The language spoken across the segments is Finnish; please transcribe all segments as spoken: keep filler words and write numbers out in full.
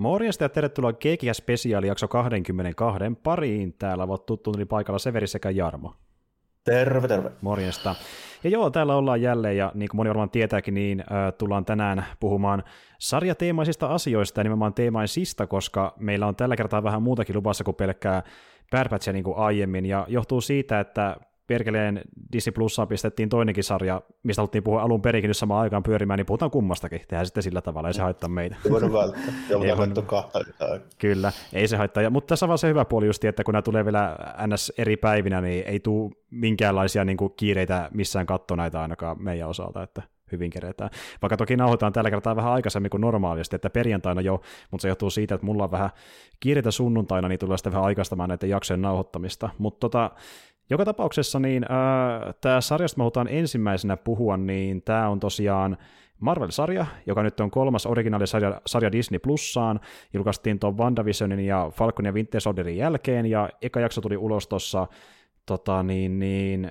Morjesta ja tervetuloa G G S-spesiaali jakso kaksikymmentäkaksi pariin. Täällä ovat tuttuun paikalla Severi sekä Jarmo. Terve, terve. Morjesta. Ja joo, täällä ollaan jälleen, ja niin kuin moni varmaan tietääkin, niin äh, tullaan tänään puhumaan sarjateemaisista asioista, ja nimenomaan teemaisista, koska meillä on tällä kertaa vähän muutakin luvassa kuin pelkkää Bad Batchia niin kuin aiemmin, ja johtuu siitä, että perkeleen Disney Plussaan pistettiin toinenkin sarja, mistä haluttiin puhua alun perinkin nyt samaan aikaan pyörimään, niin puhutaan kummastakin. Tehdään sitten sillä tavalla, ei se haittaa meitä. Ei voinut välttää. Ei voinut kahta. Kyllä, ei se haittaa. Mutta tässä on vaan se hyvä puoli just, että kun nämä tulee vielä ns. Eri päivinä, niin ei tule minkäänlaisia niin kuin kiireitä missään katsoa näitä ainakaan meidän osalta, että hyvin keretään. Vaikka toki nauhoitetaan tällä kertaa vähän aikaisemmin kuin normaalisti, että perjantaina jo, mutta se johtuu siitä, että mulla on vähän kiireitä sunnuntaina, niin tulee sitten vähän aikaistamaan näiden jaksojen nauhoittamista. Mutta tota, joka tapauksessa niin äh, tämä sarjasta me halutaan ensimmäisenä puhua, niin tämä on tosiaan Marvel-sarja, joka nyt on kolmas originaalisarja sarja Disney Plussaan. Julkaistiin tuon WandaVisionin ja Falcon ja Winter Soldierin jälkeen, ja eka jakso tuli ulos tuossa tota, niin, niin,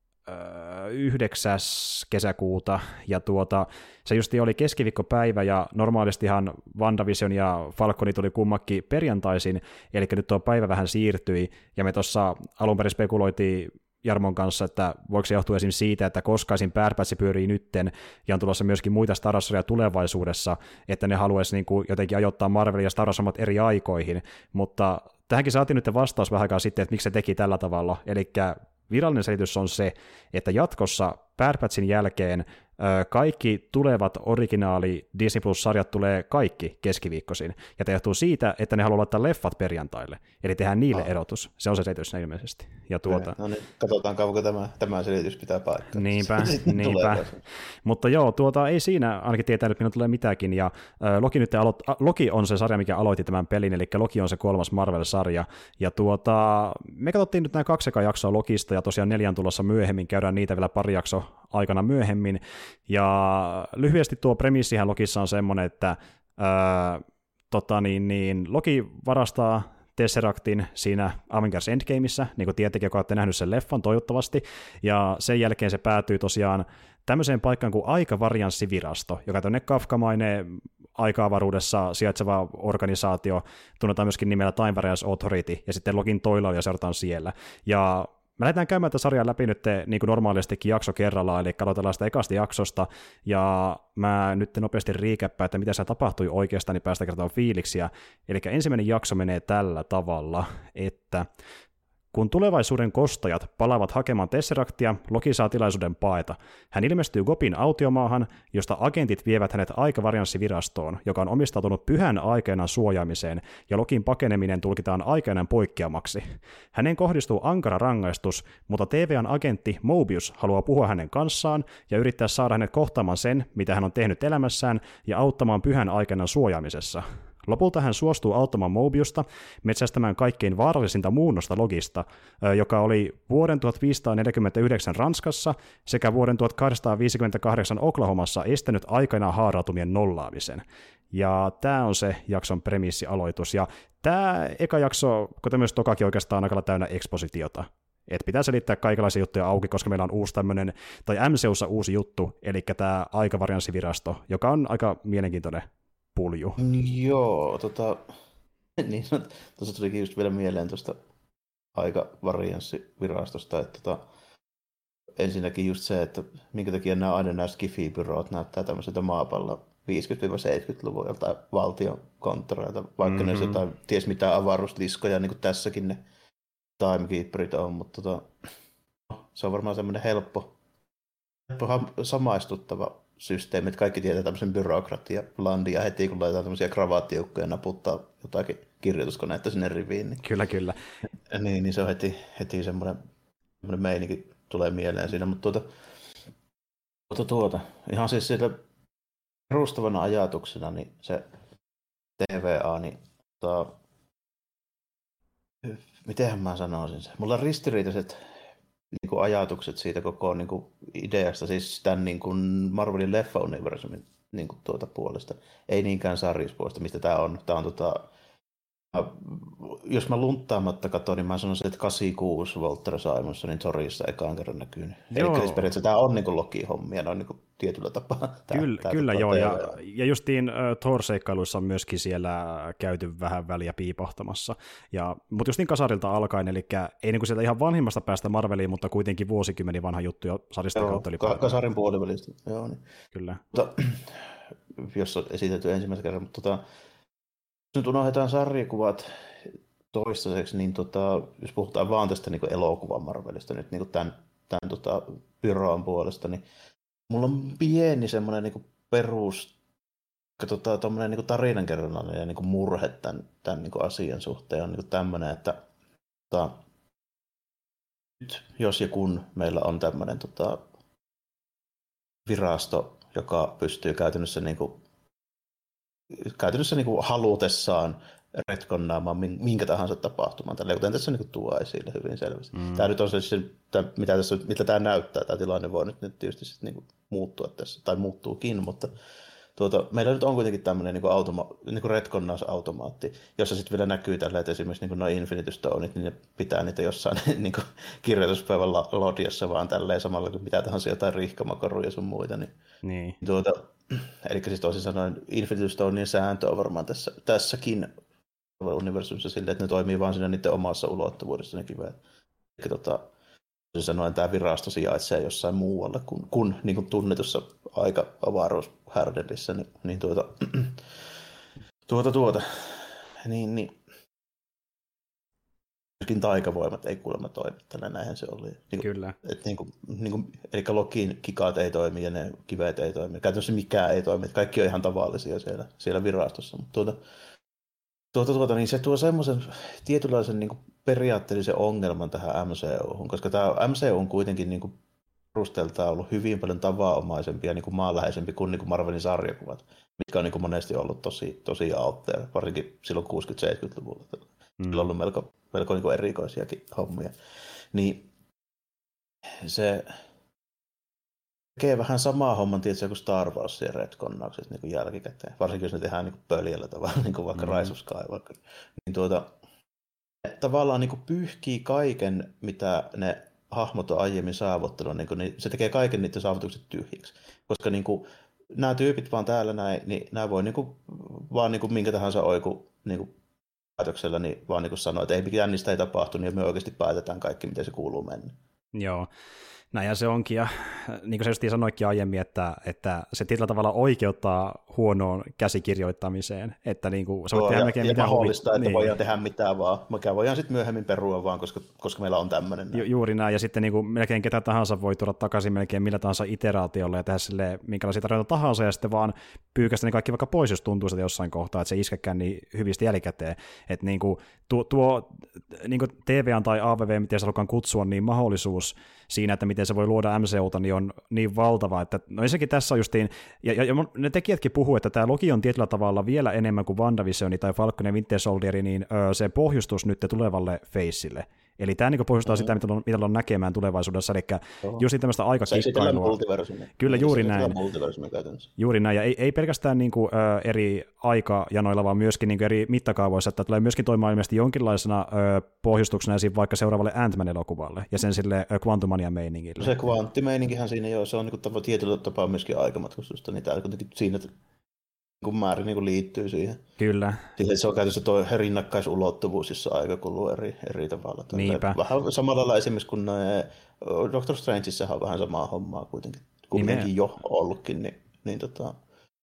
yhdeksäs kesäkuuta, ja tuota, se justi oli keskiviikkopäivä, ja normaalistihan WandaVision ja Falconi tuli kummakin perjantaisin, eli nyt tuo päivä vähän siirtyi, ja me tuossa alun perin spekuloitiin Jarmon kanssa, että voiko se johtua esimerkiksi siitä, että koska esim. Bad Batch pyörii nytten, ja on tulossa myöskin muita Star Warsia tulevaisuudessa, että ne haluaisi niin kuin jotenkin ajoittaa Marvel ja Star Wars eri aikoihin, mutta tähänkin saatiin nyt vastaus vähän aikaa sitten, että miksi se teki tällä tavalla, eli virallinen selitys on se, että jatkossa Bad Batchin jälkeen kaikki tulevat originaali Disney Plus-sarjat tulee kaikki keskiviikkoisin, ja tämä johtuu siitä, että ne haluaa laittaa leffat perjantaille, eli tehdään niille ah. erotus. Se on se selitys ilmeisesti. Ja tuota... No niin, katsotaan kauanko tämä, tämä selitys pitää paikkaa. Niinpä, niinpä. Mutta joo, tuota, ei siinä ainakin tietää nyt, minun tulee mitäkin, ja äh, Loki, nyt alo- Loki on se sarja, mikä aloitti tämän pelin, eli Loki on se kolmas Marvel-sarja, ja tuota, me katsottiin nyt nämä kaksi ekaa jaksoa Lokista, ja tosiaan neljän tulossa myöhemmin, käydään niitä vielä pari jaksoa aikana myöhemmin, ja lyhyesti tuo premissihän Lokissa on semmoinen, että ää, tota niin, niin, Loki varastaa Tesseractin siinä Avengers Endgameissa, niin kuin tietenkin, joka olette nähnyt sen leffan toivottavasti, ja sen jälkeen se päätyy tosiaan tämmöiseen paikkaan kuin Aikavarianssivirasto, joka on tämmöinen kafkamainen aika-avaruudessa sijaitseva organisaatio, tunnetaan myöskin nimellä Time Variance Authority, ja sitten Lokin toilailija seurataan siellä, ja me lähdetään käymään tätä sarjaa läpi nyt niin kuin normaalistikin jakso kerrallaan, eli katsotaan sitä ekasta jaksosta, ja mä nyt nopeasti riikäppään, että mitä se tapahtui oikeastaan, niin päästä kertomaan fiiliksiä. Eli ensimmäinen jakso menee tällä tavalla, että kun tulevaisuuden kostajat palaavat hakemaan Tesseractia, Loki saa tilaisuuden paeta. Hän ilmestyy Gopin autiomaahan, josta agentit vievät hänet Aikavarianssivirastoon, joka on omistautunut pyhän aikeenan suojaamiseen, ja Lokin pakeneminen tulkitaan aikeenan poikkeamaksi. Hänen kohdistuu ankara rangaistus, mutta T V A:n agentti Mobius haluaa puhua hänen kanssaan ja yrittää saada hänet kohtaamaan sen, mitä hän on tehnyt elämässään, ja auttamaan pyhän aikeenan suojaamisessa. Lopulta hän suostuu auttamaan Mobiusta metsästämään kaikkein vaarallisinta muunnosta Logista, joka oli vuoden tuhatviisisataaneljäkymmentäyhdeksän Ranskassa sekä vuoden tuhatkahdeksansataaviisikymmentäkahdeksan Oklahomassa estänyt aikanaan haarautumien nollaamisen. Ja tämä on se jakson premissialoitus. Ja tämä eka jakso, kuten myös tokakin oikeastaan on aika täynnä ekspositiota. Että pitää selittää kaikenlaisia juttuja auki, koska meillä on uusi tämmöinen, tai M C U:ssa uusi juttu, eli tämä Aikavarianssivirasto, joka on aika mielenkiintoinen pulju. Joo, tota, niin, tuossa tulikin just vielä mieleen tuosta Aikavarianssivirastosta, että tota, ensinnäkin just se, että minkä takia nämä aina nämä Skifi-byroot näyttää tämmöiseltä maapallon viisikymmentä-seitsemänkymmentäluvun joltain valtion konttoreilta, vaikka mm-hmm. ne jotain, ties mitä avaruusliskoja, niin kuin tässäkin ne timekeeperit on, mutta tota, se on varmaan semmoinen helppo, helppo samaistuttava systeemi, että kaikki tietää tämmöisen byrokratia-landia heti, kun laitetaan tämmöisiä kravaattiukkoja ja naputtaa jotakin kirjoituskoneetta sinne riviin. Niin, kyllä, kyllä. Niin, niin se on heti, heti semmoinen, semmoinen meininki tulee mieleen siinä, mutta tuota, tuota, tuota ihan siis siellä perustavana ajatuksena, niin se T V A, niin tuota, mitenhän mä sanoisin se? Mulla on ristiriitaiset niin kuin ajatukset siitä koko niin kuin ideasta, siis tämän niin kuin Marvelin leffa-universumin niin kuin tuota puolesta. Ei niinkään sarjispuolesta, mistä tämä on. Tämä on tota, jos mä lunttaamatta katson, niin mä sanoisin, että kahdeksankymmentäkuusi Walter Simonsonin Thorissa ekaan kerran näkyy. Eli periaatteessa tämä on niin Loki-hommia noin niin tietyllä tapaa. Tää, kyllä, tää kyllä joo, ja, ja, ja justiin uh, Thor-seikkailuissa on myöskin siellä käyty vähän väliä piipahtamassa. Ja, mutta justiin kasarilta alkaen, eli ei niin kuin sieltä ihan vanhimmasta päästä Marveliin, mutta kuitenkin vuosikymmeni vanha juttu jo sarista joo, kautta. Ka- kasarin puolivälistä, joo. Niin. Kyllä. Mutta, jos on esitetty ensimmäisen kerran, mutta tota, nyt unohdetaan sarjakuvat toistaiseksi, niin tota, jos puhutaan vaan tästä niin elokuvan Marvelista nyt niin tämän, tämän tota, byroon puolesta, niin mulla on pieni semmoinen niin perus tota, niin tarinankerronnallinen ja niin murhe tämän, tämän niin asian suhteen on niin tämmöinen, että tota, nyt jos ja kun meillä on tämmöinen tota, virasto, joka pystyy käytännössä, niin kuin, käytännössä niin kuin halutessaan retkonnaamaan minkä tahansa tapahtuman, tällä, kuten tässä niin tuo esille hyvin selvästi. Mm. Tämä nyt on se, mitä, tässä, mitä tämä näyttää, tämä tilanne voi nyt, nyt tietysti sitten niin muuttua tässä, tai muuttuukin, mutta tuota, meillä nyt on kuitenkin tämmöinen niin automa- niin retkonnausautomaatti, jossa sitten vielä näkyy tällä, että esimerkiksi niin nuo Infinity Stoneit, niin ne pitää niitä jossain niin kirjoituspäivän lodiassa vaan tälleen samalla kuin mitä tahansa jotain rihkamakaruja sun muita. Niin, niin. Tuota, eli siis toisin sanoen Infinity Stonein sääntö on varmaan tässä, tässäkin universumissa silleen, että ne toimii vaan siinä niiden omassa ulottuvuudessa ne kiveet. Eli tota, toisin sanoen tämä virasto sijaitsee jossain muualla kuin, kuin, niin kuin tunnetussa aika-avaruushärdelissä, niin, niin tuota, tuota, tuota, niin, niin. Myöskin taikavoimat ei kuulemma toimi, tällä näinhän se oli. Niin, Kyllä. Et, niin kuin, niin kuin, eli Lokin kikat ei toimi ja ne kiveet ei toimi. Käytännössä mikään ei toimi, kaikki on ihan tavallisia siellä, siellä virastossa. Mutta tuota, tuota, tuota, niin se tuo semmoisen tietynlaisen niin kuin periaatteellisen ongelman tähän M C U:hun, koska tämä M C U on kuitenkin niin kuin perusteeltaan ollut hyvin paljon tavanomaisempi ja niin kuin maanläheisempi kuin, niin kuin Marvelin sarjakuvat, mitkä on niin kuin monesti ollut tosi, tosi autteja, varsinkin silloin kuusikymmentä-seitsemänkymmentäluvulla. Mm. Sillä on ollut melko, melko niin kuin erikoisiakin hommia. Niin se tekee vähän samaa homman tietysti kuin Star Warsien retkonnaukset niin kuin jälkikäteen, varsinkin jos ne tehdään niin kuin pöljällä tavalla, niin kuin vaikka mm. Rise of Skywalker. Niin tuota, tavallaan niin kuin pyyhkii kaiken, mitä ne hahmot on aiemmin saavuttanut, niin, niin se tekee kaiken niiden saavutukset tyhjiksi. Koska niin kuin, nämä tyypit vaan täällä näin, niin nämä voi niin kuin, vaan niin kuin minkä tahansa oiku niin kuin päätöksellä niin vaan niin kuin sanoa, että ei mikään niistä ei tapahtu, niin me oikeasti päätetään kaikki, miten se kuuluu mennä. Joo. Näinhän se onkin, ja niin kuin se just sanoikin aiemmin, että, että se tietyllä tavalla oikeuttaa huonoon käsikirjoittamiseen, että niin kuin, se voi tehdä melkein mitä mahdollista, huvi... että niin. Voidaan tehdä mitään vaan, mikä voidaan sitten myöhemmin perua vaan, koska, koska meillä on tämmöinen. Ju, juuri näin, ja sitten niin kuin, melkein ketä tahansa voi tuoda takaisin melkein millä tahansa iteraatiolla ja tehdä silleen minkälaisia tarinoita tahansa, ja sitten vaan pyykästä ne kaikki vaikka pois, jos tuntuu sitä jossain kohtaa, että se iskekään niin hyvistä jälkikäteen, että niin kuin, tuo, tuo niin kuin T V tai A V V, miten se halukaan kutsua, niin mahdollisuus siinä, että miten se voi luoda M C U:ta, niin on niin valtava, että no ensinnäkin tässä on justiin, ja, ja, ja ne tekijätkin puhuu, että tämä Loki on tietyllä tavalla vielä enemmän kuin WandaVisioni tai Falcon ja Winter Soldier, niin öö, se pohjustus nyt tulevalle Faceille. Eli tämä niin pohjustaa mm-hmm. sitä, mitä on, mitä on näkemään tulevaisuudessa, eli oh. just tämmöistä aikakikkailua. Kyllä, juuri näin. Juuri näin, ja ei, ei pelkästään niin kuin, ö, eri aikajanoilla, vaan myöskin niin kuin eri mittakaavoissa, että tulee myöskin toimimaan ilmeisesti jonkinlaisena ö, pohjustuksena esim. Vaikka seuraavalle Ant-Man-elokuvalle, ja sen sille Quantumania-meiningille. Se kvanttimeininkihän siinä, joo, se on niin kuin tietyllä tapaa myöskin aikamatkustusta, niin tämä kuitenkin siinä kun määrin niin kuin liittyy siihen. Kyllä. Siihen se on käytössä tuo rinnakkaisulottuvuus, jossa aika kuluu eri, eri tavalla. Niinpä. Vähän samalla lailla esimerkiksi kun Doctor Strangeissahan on vähän samaa hommaa kuitenkin, kuitenkin jo ollutkin. Niin, niin tota...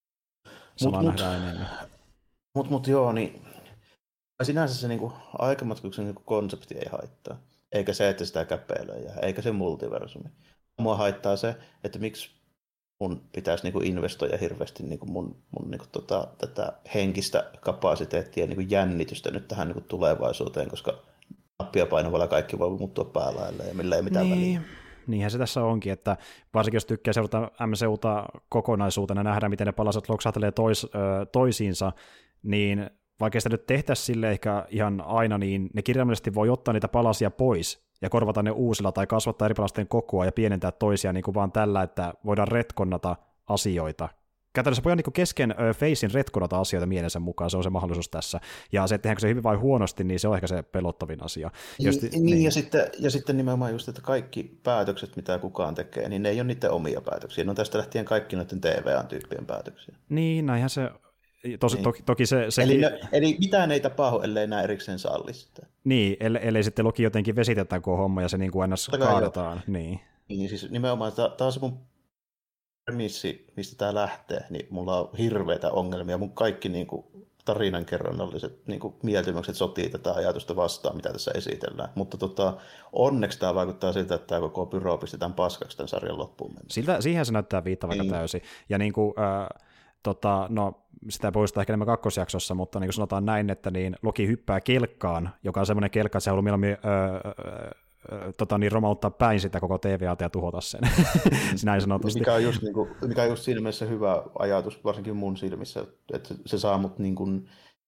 Sama mut, nähdään enemmän. Mutta mut, joo, niin sinänsä se niinku aikamatkustuksen niinku konsepti ei haittaa. Eikä se, että sitä käpeilee, eikä se multiversumi. Mua haittaa se, että miksi mun pitäisi niinku investoida hirveästi niinku mun, mun niinku tota, tätä henkistä kapasiteettia ja niinku jännitystä nyt tähän niinku tulevaisuuteen, koska nappia painavalla kaikki voi muuttua päälaille ja millä ei mitään niin. väliä. Niinhän se tässä onkin, että varsinkin jos tykkää seurata M C U:ta kokonaisuutena ja nähdä, miten ne palaset loksahtelee tois, ö, toisiinsa, niin vaikka sitä nyt tehtäisiin sille ehkä ihan aina, niin ne kirjaimellisesti voi ottaa niitä palasia pois ja korvata ne uusilla tai kasvattaa eri palasten kokoa ja pienentää toisia niin kuin vaan tällä, että voidaan retkonnata asioita käytännössä voi niin kesken Facein retkonata asioita mielensä mukaan, se on se mahdollisuus tässä. Ja se, että tehdäänkö se hyvin vai huonosti, niin se on ehkä se pelottavin asia. Niin, niin, niin. Ja, sitten, ja sitten nimenomaan just, että kaikki päätökset, mitä kukaan tekee, niin ne ei ole niiden omia päätöksiä. Ne on tästä lähtien kaikki noiden T V A-tyyppien päätöksiä. Niin, näinhän se... Tosi, niin. toki, toki se, sekin... eli, ne, eli mitään ei tapahdu, ellei nää erikseen salli sitä. Niin, ellei, ellei sitten Loki jotenkin vesitetään koko homma ja se niin kuin ennäs kaadetaan. Niin. niin, siis nimenomaan tämä on se mun premissi, mistä tämä lähtee, niin mulla on hirveitä ongelmia. Mun kaikki niin kuin, tarinankerronnalliset niin kuin, mieltymykset sotii tätä ajatusta vastaan, mitä tässä esitellään. Mutta tota, onneksi tämä vaikuttaa siltä, että tämä koko pyro pistetään paskaksi tämän sarjan loppuun mennessä. Siltä, siihen se näyttää viittavan niin. täysin. Ja niin kuin, äh, tota, no, sitä poistaa ehkä enemmän kakkosjaksossa, mutta niin kuin sanotaan näin, että niin Loki hyppää kelkkaan, joka on semmoinen kelkka, että se haluaa mieluummin öö, Tota, niin romauttaa päin sitä koko T V A:ta ja tuhota sen, näin sanotusti. Mikä on, just, niin kuin, mikä on just siinä mielessä hyvä ajatus, varsinkin mun silmissä, että se saa mut, niin kuin,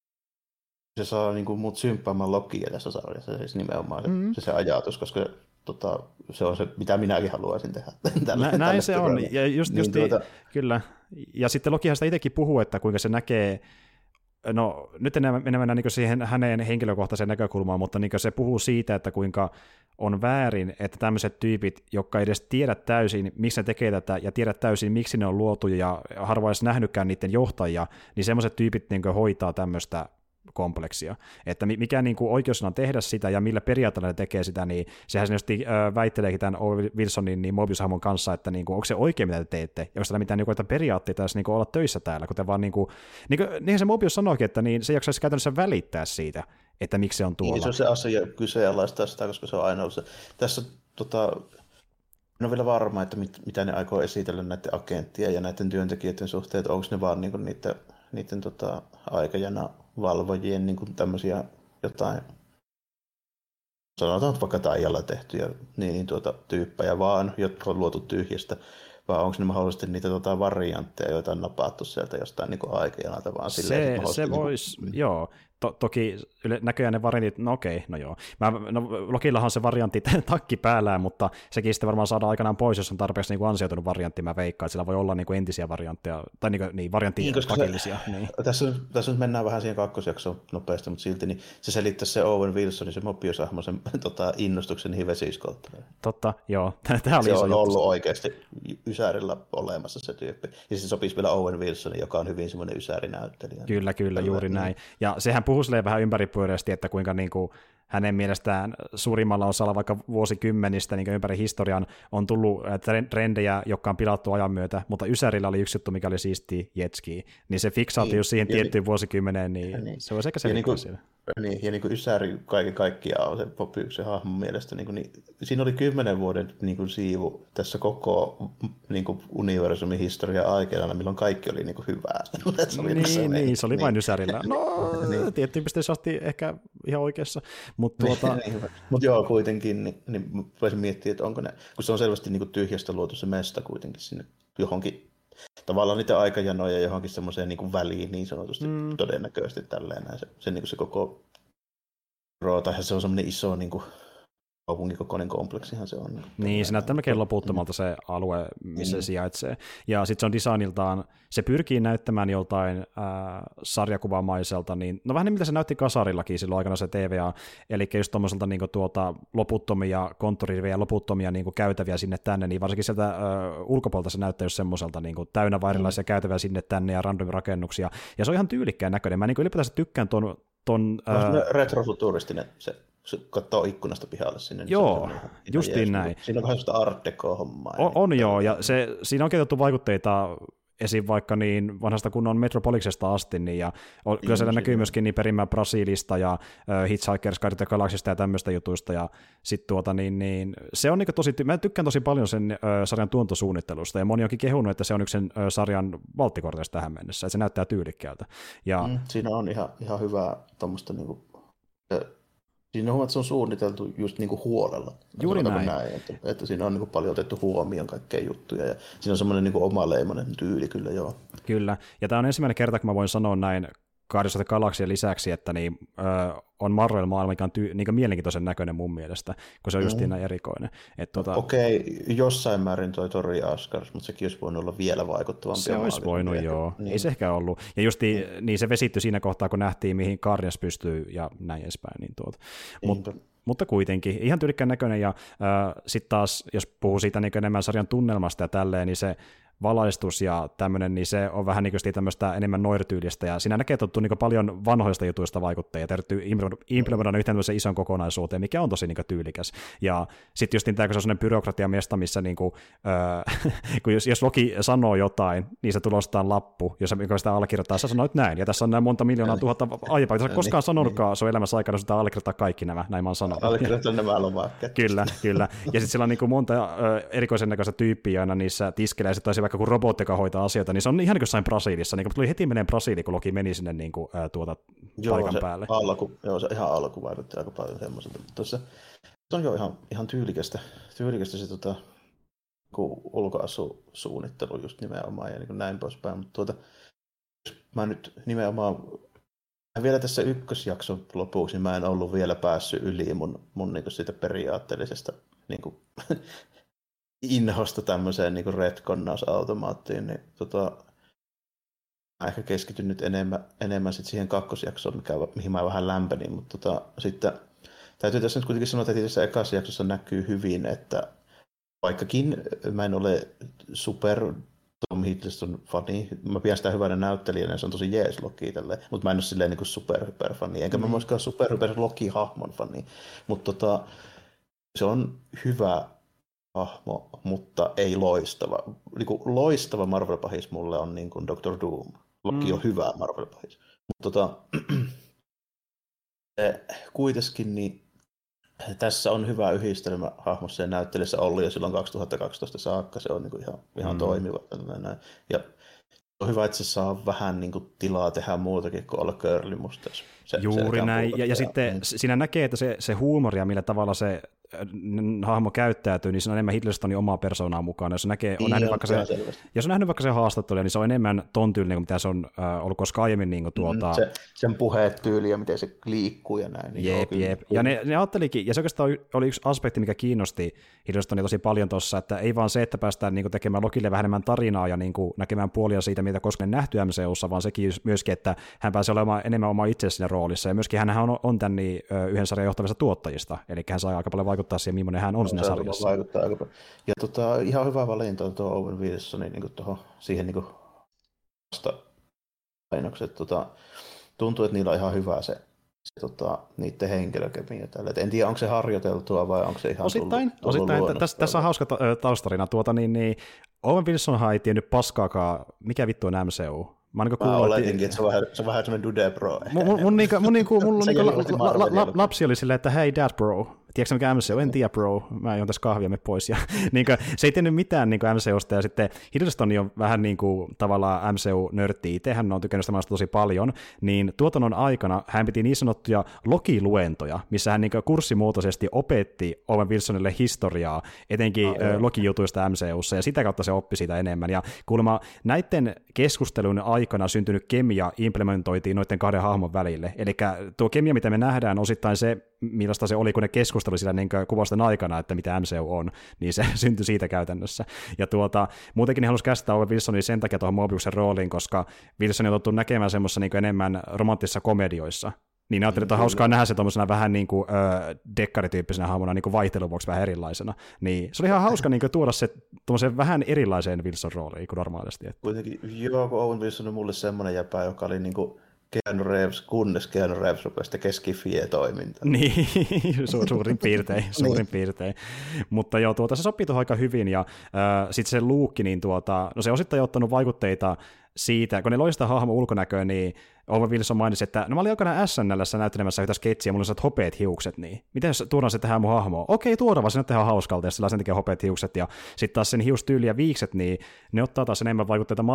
se saa niin kuin, mut symppaamaan Lokia tässä sarjassa, siis nimenomaan mm-hmm. se, se ajatus, koska tota, se on se, mitä minäkin haluaisin tehdä. Tällä, Nä, näin se on, ja just, just niin, tuota... kyllä. Ja sitten Lokihan sitä itsekin puhuu, että kuinka se näkee. No, nyt en mennä niin siihen hänen henkilökohtaiseen näkökulmaan, mutta niin se puhuu siitä, että kuinka on väärin, että tämmöiset tyypit, jotka ei edes tiedä täysin, miksi ne tekee tätä, ja tiedä täysin, miksi ne on luotu, ja harvoin edes nähnytkään niiden johtajia, niin semmoiset tyypit niin hoitaa tämmöistä kompleksia. Että mikä niin kuin oikeus on tehdä sitä ja millä periaatteella ne tekee sitä, niin sehän se just väitteleekin tämän Owen Wilsonin niin Mobius-hahmon kanssa, että niin kuin, onko se oikein, mitä te teette, ja onko täällä mitään niin kuin, periaatteita niin kuin olla töissä täällä, kuten vaan niin kuin, niin kuin niinhän se Mobius sanoikin, että niin, se ei jaksaisi käytännössä välittää siitä, että miksi se on tuolla. Niin, se on se asia kyseenalaistaa sitä, koska se on aina ollut se. Tässä tota, en ole vielä varma, että mit, mitä ne aikoo esitellä näiden agenttien ja näiden työntekijöiden suhteen, onko ne vaan niin kuin niiden, niiden tota, aikajana valvojien niin kuin tämmöisiä jotain, sanotaan vaikka taijalla tehtyjä niin, niin tuota, tyyppejä vaan, jotka on luotu tyhjästä, vai onko ne mahdollisesti niitä tota, variantteja, joita on napattu sieltä jostain niin kuin aikajanalta vaan silleen. Se, se voisi, niin kuin, joo. To, toki näköjään ne variantit, no okei, no joo. Mä, no, Lokillahan on se variantti takki päällään, mutta sekin sitten varmaan saadaan aikanaan pois, jos on tarpeeksi niin kuin ansioitunut variantti, mä veikkaan, että sillä voi olla niin kuin entisiä variantteja, tai niin, kuin, niin varianttia niin, takillisia. Se, niin. Tässä, tässä nyt mennään vähän siihen kakkosjaksoon nopeasti, mutta silti niin se selittää se Owen Wilsonin, se Mobius-hahmo, sen tota, innostuksen niihin vesiskoottereihin. Totta, joo. Tämä oli se on ollut oikeasti Ysärillä olemassa se tyyppi. Ja se sopisi vielä Owen Wilsonin, joka on hyvin semmoinen Ysärinäyttelijä. Kyllä, kyllä, Tällä, juuri niin. näin. Ja sehän puhuu vähän ympäripyöreästi, että kuinka niin kuin hänen mielestään suurimmalla osalla vaikka vuosikymmenistä niin ympäri historian on tullut trendejä, jotka on pilattu ajan myötä, mutta Ysärillä oli yksi juttu, mikä oli siistiä jetski, niin se fiksautui niin, just siihen tiettyyn niin, vuosikymmeneen, niin, niin se voisi ehkä selittää siellä. Niin, ja niin kuin Ysäri kaiken kaikkiaan on se Mobiuksen hahmon mielestä, niin kuin, niin, siinä oli kymmenen vuoden niin kuin, siivu tässä koko niin kuin, universumin historian aikana, milloin kaikki oli niin kuin, hyvää. se oli, niin, niin, niin, se oli niin. vain Ysärillä. No, niin. tiettyyn pisteessä oltiin ehkä ihan oikeassa. Mutta tuota... niin, Mut joo, kuitenkin, niin, niin voisin miettiä, että onko ne, kun se on selvästi niin kuin, tyhjästä luotu se mesta kuitenkin sinne johonkin, tavallaan niitä aikajanoja johonkin semmoiseen niin kuin väliin niin sanotusti mm. todennäköisesti tälleen näin. Se, se, niin kuin se koko tai se on semmoinen iso niin kuin kaupunkikokoinen kompleksihan se on. Niin, se näyttää melkein loputtomalta se alue, missä mm. se sijaitsee. Ja sitten se on designiltaan, se pyrkii näyttämään joltain äh, sarjakuvamaiselta, niin, no vähän niin mitä se näytti Kasarillakin silloin aikana se T V A, eli just tuommoiselta niin tuota, loputtomia konttorivejä, loputtomia niin kuin käytäviä sinne tänne, niin varsinkin sieltä äh, ulkopuolelta se näyttää just semmoiselta niin kuin täynnä vairilaisia mm. käytäviä sinne tänne ja random rakennuksia, ja se on ihan tyylikkään näköinen. Mä niin kuin ylipäätään tykkään ton... ton äh... retrofuturistinen se. Se katsoo ikkunasta pihalle sinne. Niin joo, justiin näin. Siinä on vähän sitä art deco-hommaa. On, on joo, ja se, siinä on käytetty vaikutteita esim. Vaikka niin vanhasta kunnon Metropoliksesta asti, niin, ja on, kyllä siellä näkyy myöskin niin perimää Brasilista ja uh, Hitchhiker's Guide to the Galaxysta ja tämmöistä jutuista, ja sit tuota niin, niin se on niin tosi, mä tykkään tosi paljon sen uh, sarjan tuontosuunnittelusta, ja moni onkin kehunut, että se on yksi sen uh, sarjan valttikorteista tähän mennessä, että se näyttää tyylikkäältä. Ja... Mm, siinä on ihan, ihan hyvää tuommoista niinku... Siinä on, että se on suunniteltu just niin kuin huolella. Juuri näin. näin että, että siinä on niin kuin paljon otettu huomioon kaikkea juttuja ja siinä on semmoinen niin kuin omaleimainen tyyli kyllä, joo. Kyllä, ja tämä on ensimmäinen kerta, kun mä voin sanoa näin Guardians of the Galaxyn lisäksi, että niin, ö, on Marvel-maailma, mikä on tyy- niin mielenkiintoisen näköinen mun mielestä, kun se on justiin mm. erikoinen. Et, tuota, Okei, okay, jossain määrin toi Tori Asgard, mutta sekin olisi voinut olla vielä vaikuttavampi. Se olisi voinut, joo. Niin. Ei se ehkä ollut. Ja justiin, mm. niin se vesittyi siinä kohtaa, kun nähtiin, mihin Guardians pystyy ja näin edespäin. Niin tuota. Mut, mutta kuitenkin, ihan tyylikkään näköinen. Ja äh, sitten taas, jos puhuu siitä niin enemmän sarjan tunnelmasta ja tälleen, niin se valaistus ja tämmöinen, niin se on vähän niin kuin tämmöistä enemmän noir-tyylistä, ja siinä näkee tottu niin paljon vanhoista jutuista vaikutteja, ja implementoidaan yhteen tämmöisen ison kokonaisuuteen, mikä on tosi niin tyylikäs. Ja sitten just tämä, kun se on sellainen byrokratiamesta, missä niin kuin, äh, kun jos, jos Loki sanoo jotain, niin se tulostaan lappu, jos sitä allekirjoittaa, sä sanoit näin, ja tässä on näin monta miljoonaa tuhatta aiempaa, että sä koskaan sanonutkaan sun elämässä aikana, että allekirjoittaa kaikki nämä, näin mä oon sanonut. Allekirjoittaa nämä lomakkeet. Kyllä, kyllä. Ja sitten siellä on niin kuin monta äh, erikoisen näköistä tyyppiä aina niissä tiskeleillä, ja sitten vaikka kun robotti, joka hoitaa asioita, niin se on ihan niin kuin jossain Brasiliassa, niin kuin tuli heti menee Brasiliin, kun Loki meni sinne niin kuin, ää, tuota, joo, paikan se päälle. Alku, joo, se ihan alku vaikutti aika paljon semmoiselta, mutta se, se on jo ihan, ihan tyylikästä, tyylikästä se tota, ulkoasusuunnittelu just nimenomaan ja niin kuin näin poispäin, mutta tuota, mä nyt nimenomaan vielä tässä ykkösjakson lopuksi, niin mä en ollut vielä päässyt yli mun, mun niin kuin siitä periaatteellisesta niin kuin inhosta tämmöiseen niin kuin retkonnausautomaattiin, niin tota, mä ehkä keskityn nyt enemmän, enemmän sit siihen kakkosjaksoon, mikä, mihin mä vähän lämpenin, mutta tota, sitten täytyy tässä nyt kuitenkin sanoa, että tässä ekassa jaksossa näkyy hyvin, että vaikkakin mä en ole super Tom Hiddleston fani, mä pidän sitä hyvänä näyttelijänä, se on tosi jees Loki tälleen, mutta mä en ole silleen niin kuin super hyper fani, enkä mm. mä myöskään super hyper Loki-hahmon fani, mutta tota, se on hyvä hahmo, mutta ei loistava. Niin kuin loistava Marvel-pahis mulle on niin kuin doctor Doom. Loki mm. on hyvä Marvel-pahis. Mutta tota, kuitenkin niin, tässä on hyvä yhdistelmä hahmossa ja näyttelijässä ollut jo silloin kaksituhattakaksitoista saakka. Se on niin kuin ihan, ihan mm. toimiva. Tällainen. Ja on hyvä, että se saa vähän niin kuin tilaa tehdä muutakin kuin olla curlymustaus. Juuri se näin. Ja, ja sitten siinä näkee, että se, se huumori ja millä tavalla se hahmo käyttäytyy, niin se on enemmän Hiddlestonin omaa persoonaa mukana. Jos näkee, on nähnyt vaikka se, jos on nähnyt vaikka se haastattelu, niin se on enemmän ton tyylinen kuin mitä se on äh, ollut koskaan aiemmin. Niin kuin tuota... mm, se, sen puheetyyli ja miten se liikkuu ja näin. Niin jep, jep. Ja ne, ne ajattelikin, ja se oikeastaan oli yksi aspekti, mikä kiinnosti Hiddlestonia tosi paljon tuossa, että ei vaan se, että päästään niin kuin tekemään Lokille vähän enemmän tarinaa ja niin kuin näkemään puolia siitä, mitä koskaan nähty M C U:ssa, vaan sekin myöskin, että hän pääsee olemaan enemmän oma itse siinä roolissa. Ja myöskin hän on, on tämän niin, yhden sarjan johtavista tuottajista, eli hän saa aika paljon vaikuttaa siihen, millainen hän on no, siinä sarjassa. Vaikuttaa aika paljon. Ja tota, ihan hyvä valinta on tuo Owen Wilsonin niin tuohon, siihen niin vasta-painokset. Tota, tuntuu, että niillä on ihan hyvä se, se tota, niiden henkilökemia tällä. En tiedä, onko se harjoiteltua vai onko se ihan osittain, tullut, tullut osittain. Tässä, tässä on hauska taustarina. Tuota, niin, niin, Owen Wilsonhan ei tiennyt paskaakaan, mikä vittu on M C U. Mä, niin mä oletinkin, että se on vähän, se on vähän semmoinen dude bro. Mun, mun, mun, niinku, mun niinku, mulla niinku, la, la, la, lapsi oli silleen, että hei dad bro. Tiedätkö mikä M C U? En tiedä bro. Mä juon tässä kahvia, me pois. Ja, niinku, se ei tiennyt mitään niinku M C Usta, ja sitten Hiddleston on vähän niinku, tavallaan M C U-nörtti itse, hän on tykännyt sitä tosi paljon, niin tuotannon aikana hän piti niin sanottuja Loki-luentoja, missä hän niinku, kurssimuotoisesti opetti Owen Wilsonille historiaa, etenkin oh, Loki-jutuista M C Ussa, ja sitä kautta se oppi siitä enemmän. Ja kuulemma näiden keskustelun aikana syntynyt kemia implementoitiin noiden kahden hahmon välille. Eli tuo kemia, mitä me nähdään, osittain se, millaista se oli, kun ne keskusteli sillä niin kuvausten aikana, että mitä M C U on, niin se syntyi siitä käytännössä. Ja tuota, muutenkin ne halusi käsittää Owen Wilsonin sen takia tuohon Mobiuksen rooliin, koska Wilson on tottu näkemään semmoisessa niin enemmän romanttisissa komedioissa. Niin ajattelin, että on hauskaa nähdä se tuommoisena vähän niin kuin äh, dekkarityyppisenä hahmona niin kuin vaihtelun vuoksi vähän erilaisena. Niin se oli ihan hauska niin kuin tuoda se tuommoiseen vähän erilaiseen Wilson rooliin kuin normaalisti. Että. Kuitenkin, joo, kun Owen Wilson on mulle semmoinen jäpä, joka oli niin kuin Keanu Reeves, kunnes Keanu Reeves rupesi tekemään skiffiä-toimintaa. Niin, su- suurin piirtein, suurin niin. piirtein. Mutta joo, tuota, se sopii tuohon aika hyvin, ja äh, sitten se Luke, niin tuota, no se on osittain ottanut vaikutteita siitä, kun ne loistaa hahmo ulkonäköä, niin Owen Wilson mainitsi, että no mä olin aikana S N L:ssä näyttelemässä yhtä sketsiä, mulla on sellaiset hopeat hiukset, niin miten jos tuodaan se tähän mun hahmoon? Okei, tuodaan vaan, se näyttää ihan hauskalta, jos sillä sen tekee hopeat hiukset, ja sitten taas sen hiustyyli ja viikset, niin ne ottaa taas enemmän vaikutteita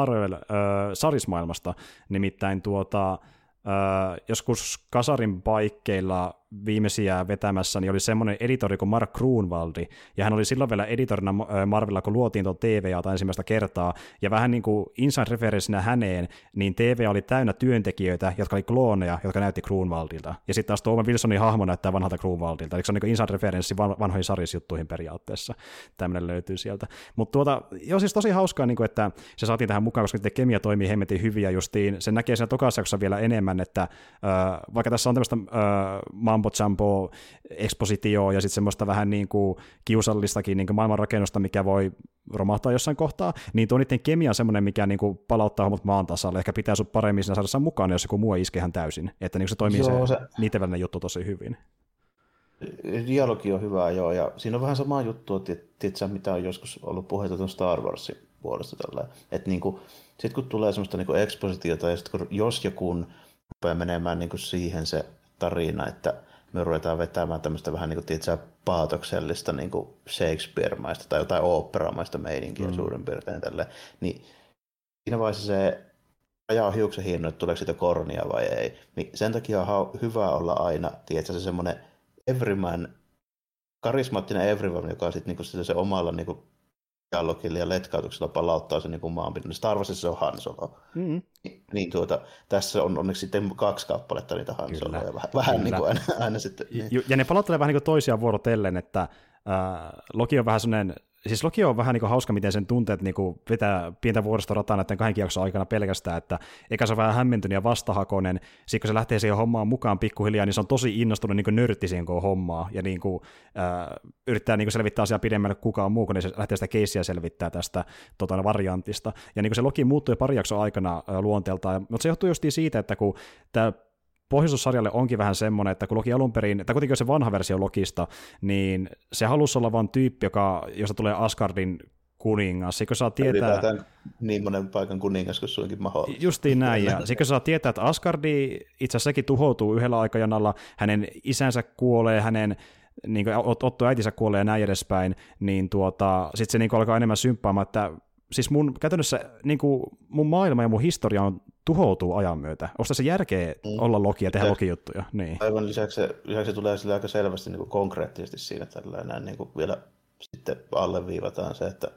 Marvel-sarismaailmasta, nimittäin tuota, Uh, joskus kasarin paikkeilla viimeisiä vetämässä, niin oli semmoinen editori kuin Mark Grunwaldi, ja hän oli silloin vielä editorina Marvelilla, kun luotiin tuon T V A:ta ensimmäistä kertaa, ja vähän niin kuin inside-referenssinä häneen, niin T V A oli täynnä työntekijöitä, jotka oli klooneja, jotka näytti Grunwaldilta. Ja sitten taas tuo Owen Wilsonin hahmo näyttää vanhalta Grunwaldilta, eli se on niin kuin inside-referenssi vanhoihin sarjisjuttuihin periaatteessa. Tämmöinen löytyy sieltä. Mutta tuota, joo, siis tosi hauskaa, niin kuin, että se saatiin tähän mukaan, koska kemia toimii hemmetin hyvin, ja justiin se näkee siinä tokassa jaksossa vielä enemmän, että äh, vaikka tässä on tämmöistä äh, mambo-jumbo ekspositioa ja sitten semmoista vähän niin kuin kiusallistakin niin kuin maailmanrakennusta, mikä voi romahtaa jossain kohtaa, niin tuo niiden kemia on semmoinen, mikä niin kuin palauttaa hommat maan tasalle, ehkä pitää sut paremmin siinä sarjassa mukaan, jos joku muu ei iske ihan täysin, että niin se toimii joo, se, se niiden välinen juttu tosi hyvin. Dialogi on hyvä, joo, ja siinä on vähän sama juttu, tiedätkö, mitä on joskus ollut puheita tuon Star Warsin puolesta tällä, että niinku, sitten kun tulee semmoista niinku ekspositiota, ja sitten kun jos ja kun rupeaa menemään niinku siihen se tarina, että me ruvetaan vetämään tämmöistä vähän niin kuin paatoksellista niin kuin Shakespeare-maista tai jotain oopperamaista meininkiä mm. suurin piirtein tälleen, niin siinä vaiheessa se ajaa hiuksen hieno, että tuleeko siitä kornia vai ei. Niin sen takia on hyvä olla aina, tiedätkö, se semmoinen everyman, karismaattinen everyman, joka sitten niin se omalla niin kuin dialogilla ja letkautuksella palauttaa sen niin maanpinnan. Star Warsissa se on Han Solo. Mm-hmm. Ni, niin tuota, tässä on onneksi sitten kaksi kappaletta niitä Han Soloja. Ja vähän, vähän niin kuin aina, aina sitten. Niin. Ja ne palauttelee vähän niin kuin toisiaan vuorotellen, että äh, Loki on vähän sellainen, siis Loki on vähän niin kuin hauska, miten sen tunteet niin kuin vetää pientä vuoristorataa näiden kahden jakson aikana pelkästään, että eikä se on vähän hämmentynyt ja vastahakoinen, sitten kun se lähtee siihen hommaan mukaan pikkuhiljaa, niin se on tosi innostunut niin kuin nörtti siihen koko hommaa, ja niin kuin, äh, yrittää niin kuin selvittää asiaa pidemmälle kuin kukaan muu, kun se lähtee sitä keissiä selvittää tästä tota, variantista, ja niin kuin se Loki muuttui pari jakson aikana äh, luonteeltaan, mutta se johtuu just siitä, että kun tämä pohjustussarjalle onkin vähän semmoinen, että kun Loki alun perin, tai kuitenkin se vanha versio Lokista, niin se halusi olla vaan tyyppi, joka, josta tulee Asgardin kuningas. Sitten saa tietää... niin monen paikan kuningas, kun suinkin mahdollista. Justiin näin, ja sitten saa tietää, että Asgardi itse asiassa sekin tuhoutuu yhdellä aikajanalla, hänen isänsä kuolee, hänen niin kuin Otto äitinsä kuolee ja näin edespäin, niin tuota, sitten se niin kuin alkaa enemmän symppaamaan, että siis mun käytännössä niin kuin mun maailma ja mun historia on tuhoutuu ajan myötä. Onko tässä järkeä mm. olla Loki ja tehdä ja Loki-juttuja? Niin. Aivan lisäksi, lisäksi se tulee sille aika selvästi niin kuin konkreettisesti siinä tällainen, niin kuin vielä sitten alleviivataan se, että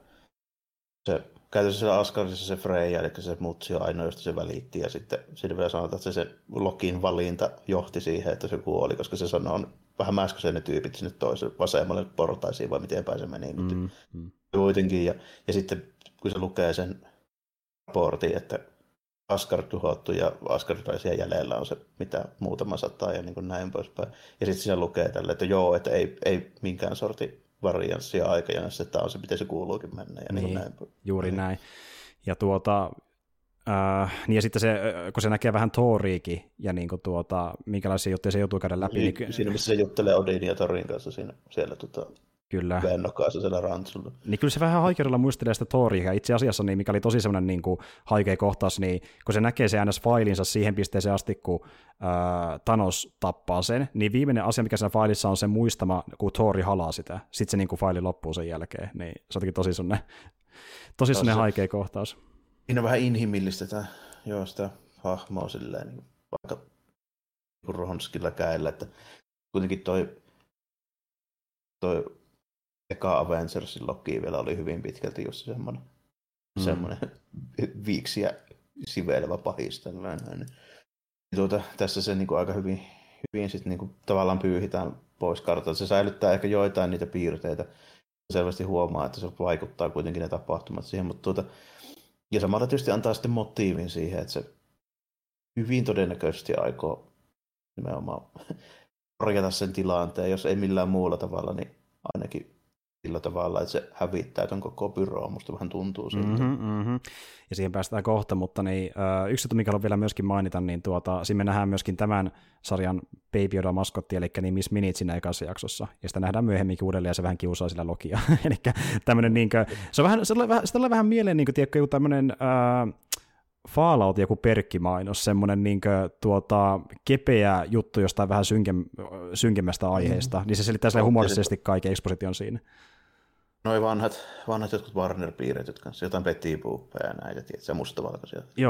se käytännössä siellä Asgardissa se Freya, eli se mutsi on ainoa, josta se välitti, ja sitten siinä vielä sanotaan, että se, se Lokin valinta johti siihen, että se kuoli, koska se sanoo, on vähän mäsköisiä ne tyypit sinne toiselle vasemmalle portaisiin, vai miten päin se meni. Mm, mm. Kuitenkin, ja, ja sitten kun se lukee sen raportin, että Asgard tuhottu ja asgardilaisia jäljellä on se mitä muutama sataa ja niin kuin näin poispäin. Ja sitten siinä lukee tälle, että joo, että ei, ei minkään sortin varianssia aikajanassa, että tämä on se, miten se kuuluukin mennä. Ja niin, niin näin. Juuri niin. Näin. Ja tuota... Äh, niin ja sitten se, kun se näkee vähän Thoriikin ja niin kuin tuota, minkälaisia juttuja se joutuu käydä läpi. Niin, niin... Siinä missä se juttelee Odinin ja Thorin kanssa siinä, siellä tota, kyllä. Vennokaassa siellä rantsulla. Niin kyllä se vähän haikeudella muistelee sitä Thoria. Itse asiassa, niin, mikä oli tosi semmoinen niin kuin haikea kohtaus, niin kun se näkee se N S-failinsa siihen pisteeseen asti, kun ää, Thanos tappaa sen, niin viimeinen asia, mikä siinä failissa on, se muistama, kun Thori halaa sitä. Sitten se niin kuin faili loppuu sen jälkeen. Niin se on tosi semmoinen, tosi semmoinen haikea kohtaus. Siinä vähän inhimillistetään joo, sitä hahmoa silleen, niin vaikka Ronskilla käellä, että kuitenkin toi, toi eka Avengersin Loki vielä oli hyvin pitkälti just semmoinen, mm. semmoinen viiksiä siveilevä pahis. Tällainen. Tuota, tässä se niinku aika hyvin, hyvin sit niinku tavallaan pyyhitään pois kartalta. Se säilyttää ehkä joitain niitä piirteitä. Selvästi huomaa, että se vaikuttaa kuitenkin ne tapahtumat siihen, mutta tuota, ja samalla tietysti antaa sitten motiivin siihen, että se hyvin todennäköisesti aikoo nimenomaan korjata sen tilanteen, jos ei millään muulla tavalla, niin ainakin sillä tavalla, että se hävittää ton koko byroa, musta vähän tuntuu siltä. Mm-hmm, mm-hmm. Ja siihen päästään kohta, mutta niin, äh, yksi juttu, mikä haluan vielä myöskin mainita, niin tuota, siinä me nähdään myöskin tämän sarjan Baby Yoda-maskotti, eli niin Miss Minute siinä ekassa jaksossa, ja sitä nähdään myöhemminkin uudelleen, ja se vähän kiusaa sillä Lokia. Eli tämmöinen, niin kuin, se on vähän, se tulee, se tulee vähän mieleen, niin kuin, tiedätkö, joku tämmöinen äh, Fallout, joku perkkimainos, semmoinen niin kuin, tuota, kepeä juttu jostain vähän synkem, synkemmästä aiheesta, mm. niin se selittää sille humorisesti kaiken eksposition siinä. Noi vanhat, vanhat jotkut Warner-piirretyt kanssa, jotain Betty Boopeja ja näitä, tiedätkö, mustavalkoisia. Joo,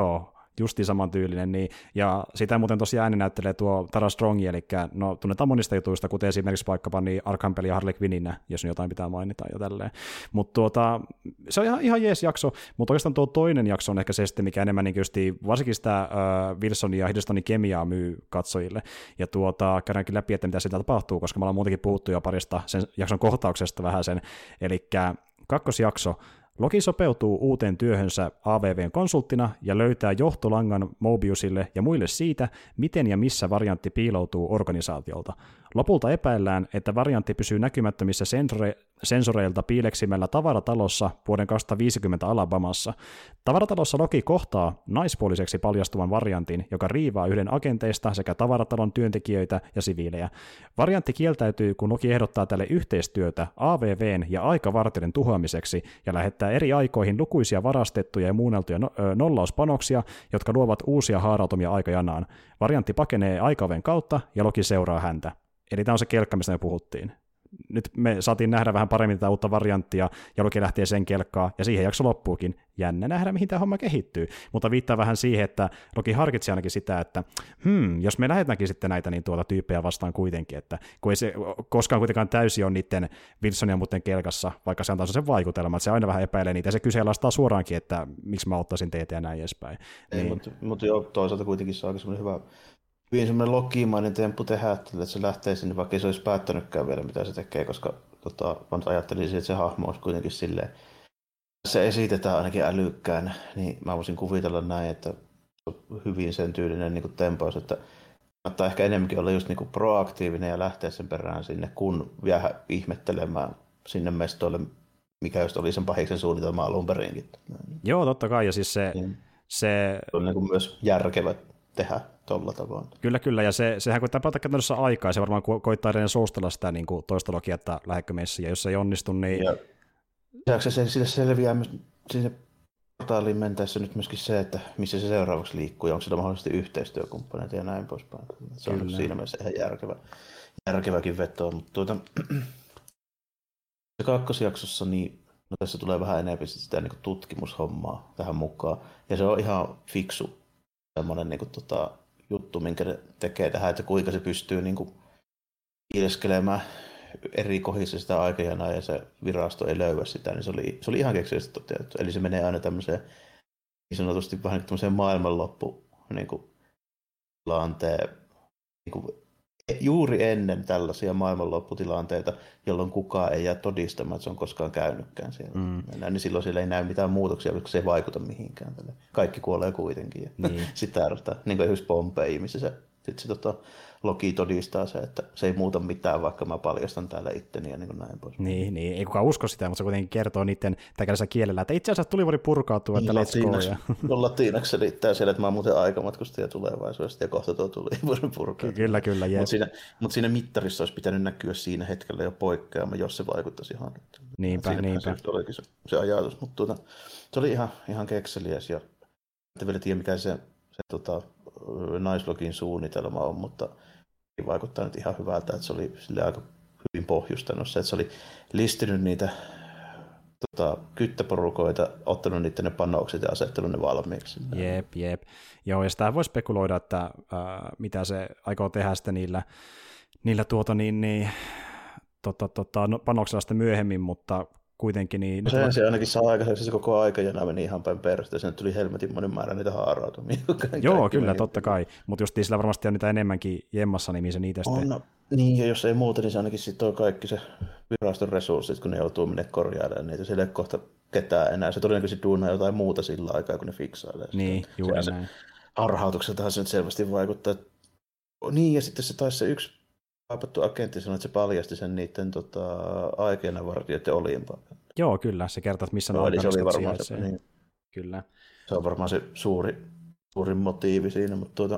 justiin samantyylinen, niin, ja sitä muuten tosiaan ääni näyttelee tuo Tara Strong, eli no, tunnetaan monista jutuista, kuten esimerkiksi vaikkapa niin Arkham-peli ja Harley Quinninä, jos jotain pitää mainita ja tälleen. Mutta tuota, se on ihan, ihan jees jakso, mutta oikeastaan tuo toinen jakso on ehkä se sitten, mikä enemmän niin justiin, varsinkin sitä uh, Wilsonin ja Hiddlestonin kemiaa myy katsojille, ja tuota, käydäänkin läpi, että mitä sitä tapahtuu, koska me ollaan muutenkin puhuttu jo parista sen jakson kohtauksesta vähän sen, eli kakkosjakso, Loki sopeutuu uuteen työhönsä A V V:n konsulttina ja löytää johtolangan Mobiusille ja muille siitä, miten ja missä variantti piiloutuu organisaatiolta. Lopulta epäillään, että variantti pysyy näkymättömissä sensore- sensoreilta piileksimällä tavaratalossa vuoden kaksituhattaviisikymmentä Alabamassa. Tavaratalossa Loki kohtaa naispuoliseksi paljastuvan variantin, joka riivaa yhden agenteista sekä tavaratalon työntekijöitä ja siviilejä. Variantti kieltäytyy, kun Loki ehdottaa tälle yhteistyötä A V V:n ja aikavartijoiden tuhoamiseksi ja lähettää eri aikoihin lukuisia varastettuja ja muunneltuja no- ö, nollauspanoksia, jotka luovat uusia haarautumia aikajanaan. Variantti pakenee aikaoven kautta ja Loki seuraa häntä. Eli tämä on se kelkka, mistä me puhuttiin. Nyt me saatiin nähdä vähän paremmin tätä uutta varianttia, ja Loki lähtee sen kelkkaa, ja siihen jakso loppuukin. Jännä nähdä, mihin tämä homma kehittyy. Mutta viittaa vähän siihen, että Loki harkitsi ainakin sitä, että hmm, jos me lähdetäänkin sitten näitä niin tuota tyyppejä vastaan kuitenkin, että kun ei se koskaan kuitenkaan täysin ole niiden Wilsonin ja muuten kelkassa, vaikka se antaa sen vaikutelman, että se aina vähän epäilee niitä, ja se kyseenalaistaa suoraankin, että miksi mä ottaisin teitä ja näin edespäin. Ei, niin. Mutta, mutta joo, toisaalta kuitenkin se on aika semmoinen hyvä, hyvin semmoinen Loki-mainen temppu tehdä, että se lähtee sinne, vaikka ei se olisi päättänytkään vielä, mitä se tekee, koska tota, mä ajattelin, että se hahmo olisi kuitenkin silleen, se esitetään ainakin älykkään, niin mä voisin kuvitella näin, että on hyvin sen tyylinen niin kuin tempaus, että kannattaa ehkä enemmänkin olla just niin kuin proaktiivinen ja lähteä sen perään sinne, kun jää ihmettelemään sinne mestoille, mikä just oli sen pahiksen suunnitelma alun perinkin. Joo, totta kai, ja siis se... Niin. se... on niin kuin myös järkevä tehdä tuolla tavalla. Kyllä, kyllä, ja se, sehän koittaa pelata käytännössä aikaa, ja se varmaan ko- koittaa edelleen suostella sitä niin kuin toista Lokia, että lähdekö messiin, ja jos se ei onnistu, niin... Ja lisäksi se sille selviää myös sinne portaaliin mentäessä nyt myöskin se, että missä se seuraavaksi liikkuu, ja onko sillä mahdollisesti yhteistyökumppaneita ja näin poispäin. Se on kyllä siinä mielessä ihan järkevä, järkeväkin veto, mutta tuota, se kakkosjaksossa, niin no tässä tulee vähän enemmän sitä niin kuin tutkimushommaa tähän mukaan, ja se on ihan fiksu semmoinen niin kuin, tota, juttu, minkä ne tekee tähän, että kuinka se pystyy niin kuin ilskelemään eri kohdissa sitä aikajanaa ja se virasto ei löyä sitä, niin se oli, se oli ihan keksillisesti toteutettu. Eli se menee aina tämmöiseen niin sanotusti vähän tämmöiseen maailmanloppu niin kuin, tilanteen, niin kuin, juuri ennen tällaisia maailmanlopputilanteita, jolloin kukaan ei jää todistamaan, että se on koskaan käynytkään siellä. Mm. Näin, niin silloin siellä ei näy mitään muutoksia, koska se ei vaikuta mihinkään. Kaikki kuolee kuitenkin. Ja niin. Sitä ärsyttää, niin kuin esimerkiksi Pompeii, missä se, sit se tota, Loki todistaa se, että se ei muuta mitään, vaikka mä paljastan täällä itteni ja niin kuin näin pois. Niin, niin, ei kukaan usko sitä, mutta se kuitenkin kertoo niiden täkäisellä kielellä, että itse asiassa tulivuori purkautuu, että niin, let's go. Ja... No latinaksi selittää siellä, että mä oon muuten aikamatkustaja tulevaisuudesta ja kohta tuo tulivuori purkautuu. Kyllä, kyllä, Mutta siinä, mut siinä mittarissa olisi pitänyt näkyä siinä hetkellä jo poikkeama, jos se vaikuttaisi ihan. Niinpä, siinä niinpä. Se olikin se, se ajatus, mutta tuota, se oli ihan, ihan kekseliäs ja en vielä tiedä, mikä se, se tota, Naislogin suunnitelma on, mutta vaikuttaa nyt ihan hyvältä, että se oli sille aika hyvin pohjustanut se, että se oli listinyt niitä tota, kyttäporukoita, ottanut niiden ne panokset ja asettanut ne valmiiksi. Jep, jep. Joo, ja sitä voi spekuloida, että äh, mitä se aikoo tehdä sitten niillä, niillä tuota, niin, niin, tota, tota, no, panoksella sitten myöhemmin, mutta kuitenkin niin... No sehän se ainakin saa aikaiseksi, se koko aikajana meni ihan päin perästä, ja sen tuli helmetin monen määrä niitä haarautumia. Joo, kyllä, meni. Totta kai, mutta just sillä varmasti on niitä enemmänkin jemmassa, niin se niitä sitten... No, niin, ja jos ei muuta, niin se ainakin sitten on kaikki se viraston resurssit, kun ne joutuu minne korjailemaan niitä, sille ei kohta ketään enää. Se todennäköisesti duunaa jotain muuta sillä aikaa, kun ne fiksailee. Niin, juuri näin. Harhautukseltahan se nyt selvästi vaikuttaa. Niin, ja sitten se taisi se yksi kaapattu agentti sanoi, että se paljasti sen niiden tota, aikeenavartijoiden olinpaikan. Joo, kyllä. Se kertoo, että missä no, ne organistot sijaitsee. Niin. Kyllä. Se on varmaan se suuri, suurin motiivi siinä, mutta tuota,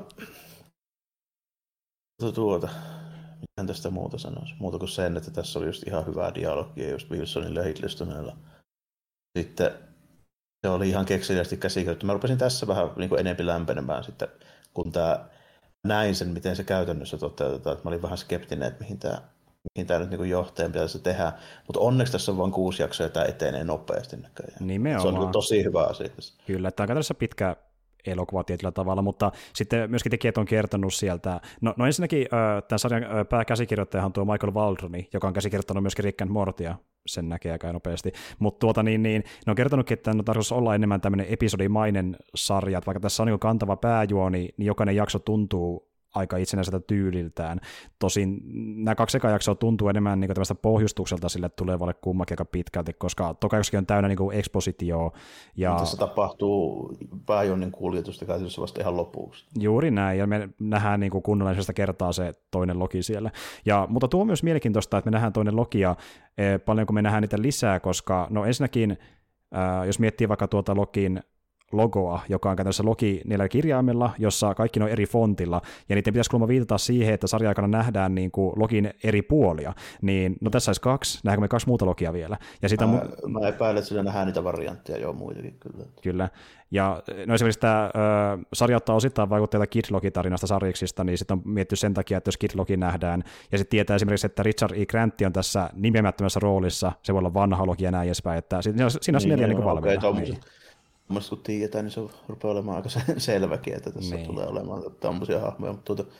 tuota, tuota mitään tästä muuta sanoisi. Muuta kuin sen, että tässä oli just ihan hyvää dialogia just Wilsonilla ja Hiddlestonilla. Sitten se oli ihan kekseliästi käsikirjoittu. Mä rupesin tässä vähän niin kuin enemmän lämpenemään sitten, kun tämä näin sen, miten se käytännössä toteutetaan. Mä olin vähän skeptinen, että mihin tämä, mihin tämä nyt niin johtajan pitäisi tehdä. Mutta onneksi tässä on vain kuusi jaksoa ja tämä etenee nopeasti näköjään. Nimenomaan. Se on tosi hyvä asia. Kyllä, tämä on käytännössä pitkä elokuva tietyllä tavalla, mutta sitten myöskin tekijät on kertonut sieltä, no, no ensinnäkin tämän sarjan pääkäsikirjoittajahan on tuo Michael Waldroni, joka on käsikirjoittanut myöskin Rick and Mortya, sen näkee aika nopeasti, mutta tuota niin, niin ne on kertonutkin, että on tarkoitus olla enemmän tämmöinen episodimainen sarja, että vaikka tässä on niin kantava pääjuoni, niin jokainen jakso tuntuu aika itsenäiseltä tyyliltään. Tosin nämä kaksi ekaa jaksoa tuntuu enemmän niin tämmöistä pohjustukselta sille tulevalle kummakin aika pitkälti, kuin toka yksikin on täynnä niin expositioa. Ja tässä tapahtuu pääjuonnin kuljetusta käytännössä vasta ihan lopuksi. Juuri näin, ja me nähdään niin kunnollisesta kertaa se toinen Loki siellä. Ja, mutta tuo on myös mielenkiintoista, että me nähdään toinen Loki, ja eh, paljonko me nähdään niitä lisää, koska no ensinnäkin, äh, jos miettii vaikka tuota Lokin logoa, joka on käytännössä Loki neljällä kirjaimella, jossa kaikki on eri fontilla, ja niiden pitäisi kuulemma viitata siihen, että sarja-aikana nähdään niin kuin Lokin eri puolia, niin no tässä olisi kaksi, nähdäänkö me kaksi muuta Lokia vielä? Ja sitä mä, mu- mä epäilen, että sillä nähdään niitä variantteja jo muitakin kyllä. Kyllä, ja no esimerkiksi tämä ö, sarja ottaa osittain vaikutteita Kid Loki-tarinasta sarjiksista, niin sitten on mietitty sen takia, että jos Kid Loki nähdään, ja sitten tietää esimerkiksi, että Richard E. Grant on tässä nimeämättömässä roolissa, se voi olla vanha Loki ja näin edespäin, että siinä, siinä on niin, neljä niin valmiina. Okay, niin. Mielestäni kun tiedetään, niin se rupeaa olemaan aika selväkin, että tässä niin tulee olemaan tämmöisiä hahmoja. Mutta tuota,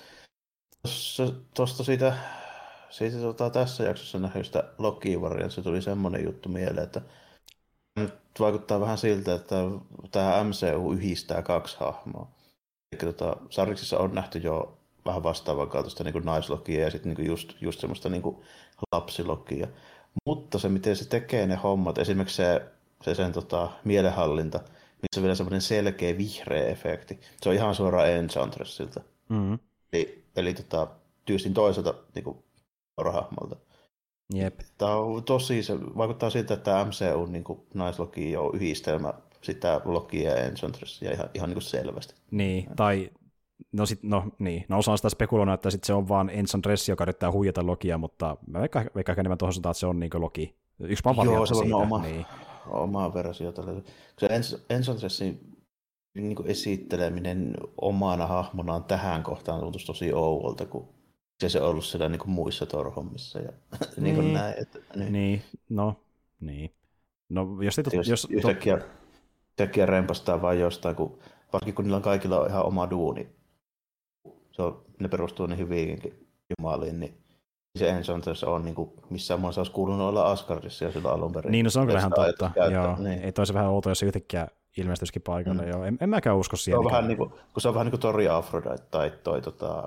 tuosta siitä, siitä tuota, tässä jaksossa nähdystä Loki-variantista tuli semmoinen juttu mieleen, että nyt vaikuttaa vähän siltä, että tämä M C U yhdistää kaksi hahmoa. Eli tuota, sarjiksissa on nähty jo vähän vastaavan kaltaista niin naislokia ja sitten niin just, just semmoista niin lapsilokia. Mutta se, miten se tekee ne hommat, esimerkiksi se, se sen tota, mielenhallinta, missä on vielä semmoinen selkeä vihreä efekti. Se on ihan suoraan Enchantressilta. Mm-hmm. Eli, eli tota, tyystin toiselta niin hahmolta. Jep. Tämä on tosi, se vaikuttaa siltä, että tämä M C U niin naisloki on yhdistelmä sitä Lokia ja Enchantressia ihan, ihan niin selvästi. Niin, tai no, sit, no, niin. no osaan sitä spekuloida, että sit se on vaan Enchantress, joka yrittää huijata Lokia, mutta mä veikkaan veikka enemmän tuohon suuntaan, että se on niin Loki. Yksi vaan variantti siitä. Oma, niin. oma versio tällä. Se Enchantressin niin esitteleminen omana hahmonaan tähän kohtaan tuntuisi tosi ouolta, kun se se ollut siellä niin muissa torhommissa. Ja, niin, niin, näin, että, niin. niin, no, niin. No, jos, te, jos, jos yhtäkkiä, to... yhtäkkiä rempastaa vain jostain, kun, varsinkin kun niillä on kaikilla on ihan oma duuni, se on, ne perustuu niin hyvinkin jumaliin, niin se Enchantress on niin kuin, missään muussa olisi kuulunut olla Asgardissa ja sillä alun perin. Niin, no se on kyllä ihan totta. Joo, niin. Ei toisi vähän outoa, jos se yhtäkkiä ilmestyisikin paikalle. Mm. Joo. En, en mäkään usko siihen. Se on vähän niin kuin, kun se on vähän niin kuin Thor ja Aphrodite tai toi tota,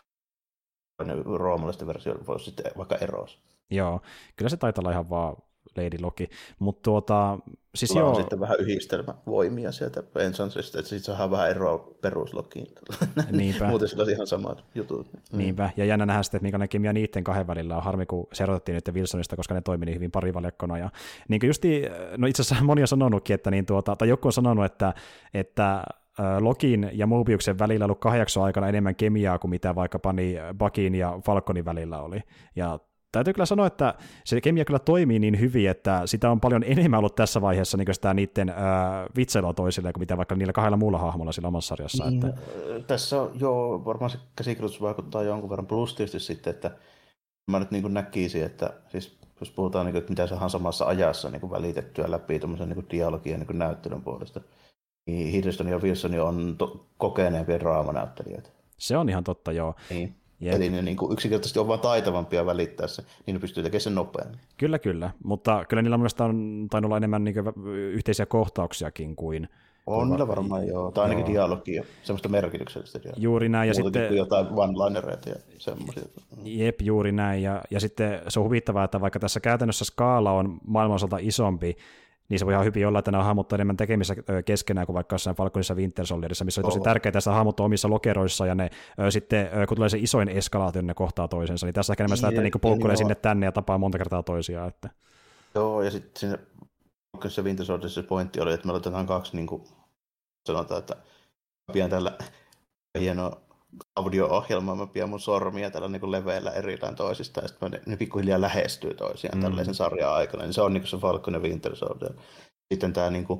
roomalaisten versio voisi sitten vaikka eros. Joo, kyllä se taitaa olla ihan vaan Lady Loki, mutta tuota, siis Sulla joo. on sitten vähän yhdistelmävoimia sieltä Enchantressista, että sitten saadaan vähän eroa peruslokiin. Niinpä. Muuten sillä olisi ihan samat jutut. Niinpä, ja jännä nähdä sitten, että minkälainen kemia niiden kahden välillä on. Harmi, kun se erotettiin nyt Wilsonista, koska ne toimi niin hyvin parivaljakkona. Ja niin kuin justi, no itse asiassa moni on sanonutkin, että niin tuota, tai joku on sanonut, että, että Lokin ja Mobiuksen välillä on ollut kahdeksan aikana enemmän kemiaa kuin mitä vaikkapa niin Buckyn ja Falconin välillä oli. Ja täytyy kyllä sanoa, että se kemia kyllä toimii niin hyvin, että sitä on paljon enemmän ollut tässä vaiheessa niin sitä niiden äh, vitseilua toisille, kuin mitä vaikka niillä kahdella muulla hahmolla sillä omassa sarjassa. Niin, että... Tässä on, joo, varmaan se käsikirjoitus vaikuttaa jonkun verran, plus tietysti sitten, että mä nyt niin kuin näkisin, että siis, jos puhutaan, niin kuin, että mitä saadaan samassa ajassa niin kuin välitettyä läpi tuommoisen niin dialogian niin näyttelyn puolesta, niin Hiddleston ja Wilson on to- kokeneempia draamanäyttelijöitä. Se on ihan totta, joo. Niin. Yep. Eli ne niin kuin yksinkertaisesti on vaan taitavampia välittää se, niin ne pystyy tekemään sen nopeammin. Kyllä, kyllä. Mutta kyllä niillä mielestäni on tainnut olla enemmän niin kuin yhteisiä kohtauksiakin kuin... On niillä varmaan, joo. Tai ainakin joo. Dialogia, semmoista merkityksellistä dialogia. Juuri näin. Ja Muutakin sitten... jotain one-linereita ja semmoisia. Jep, juuri näin. Ja, ja sitten se on huvittavaa, että vaikka tässä käytännössä skaala on maailman osalta isompi, niin se voi ihan hyvin olla, että nämä hahmot on enemmän tekemissä keskenään kuin vaikka jossain Falconissa Winter Soldierissa, missä oli tosi tärkeää, että hahmot on omissa lokeroissa, ja ne ö, sitten, ö, kun tulee se isoin eskalaatio, niin ne kohtaa toisensa, niin tässä ehkä enemmän sitä, että niin poukkuilee sinne tänne ja tapaa monta kertaa toisiaan. Että... Joo, ja sitten siinä Falconissa Winter Soldierissa se pointti oli, että me otetaan kaksi, niin kuin sanotaan, että pian tällä hienoa audio-ohjelmaa, mä pidän mun sormia tällä niin leveillä erillään toisistaan, ja sitten ne, ne pikkuhiljaa lähestyy toisiaan mm. tällaisen sarjan aikana, niin se on niin se Falcon ja Winter Soldier. Sitten tämä niin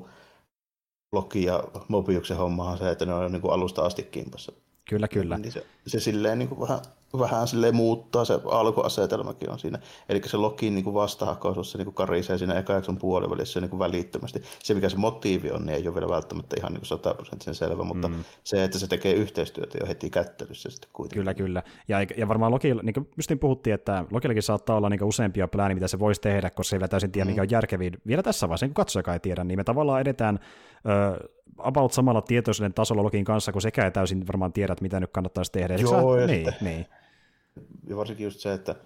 Loki ja Mobiuksen hommahan se, että ne on niin alusta asti kimpassa. Kyllä, kyllä. Niin se, se silleen niin vähän vähän silleen muuttaa, se alkuasetelmakin on siinä. Eli se Lokin niin vastahakoisuus, se niin karisee siinä eka jakson puolivälissä niin välittömästi. Se, mikä se motiivi on, niin ei ole vielä välttämättä ihan niin sataprosenttisen selvä, mutta mm. se, että se tekee yhteistyötä jo heti kättelyssä sitten kuitenkin. Kyllä, kyllä. Ja, ja varmaan Loki, niin kuin just niin puhuttiin, että Lokillakin saattaa olla niin useampia plääniä, mitä se voisi tehdä, koska se ei vielä täysin tiedä, mm. mikä on järkeviin. Vielä tässä vaiheessa, kun katsojakaan ei tiedä, niin me tavallaan edetään ö, about samalla tietoisuuden tasolla Lokin kanssa, kun sekä ei täysin varmaan tiedä, että mitä nyt kannattaisi tehdä. Joo, ja, niin, niin. ja varsinkin just se, että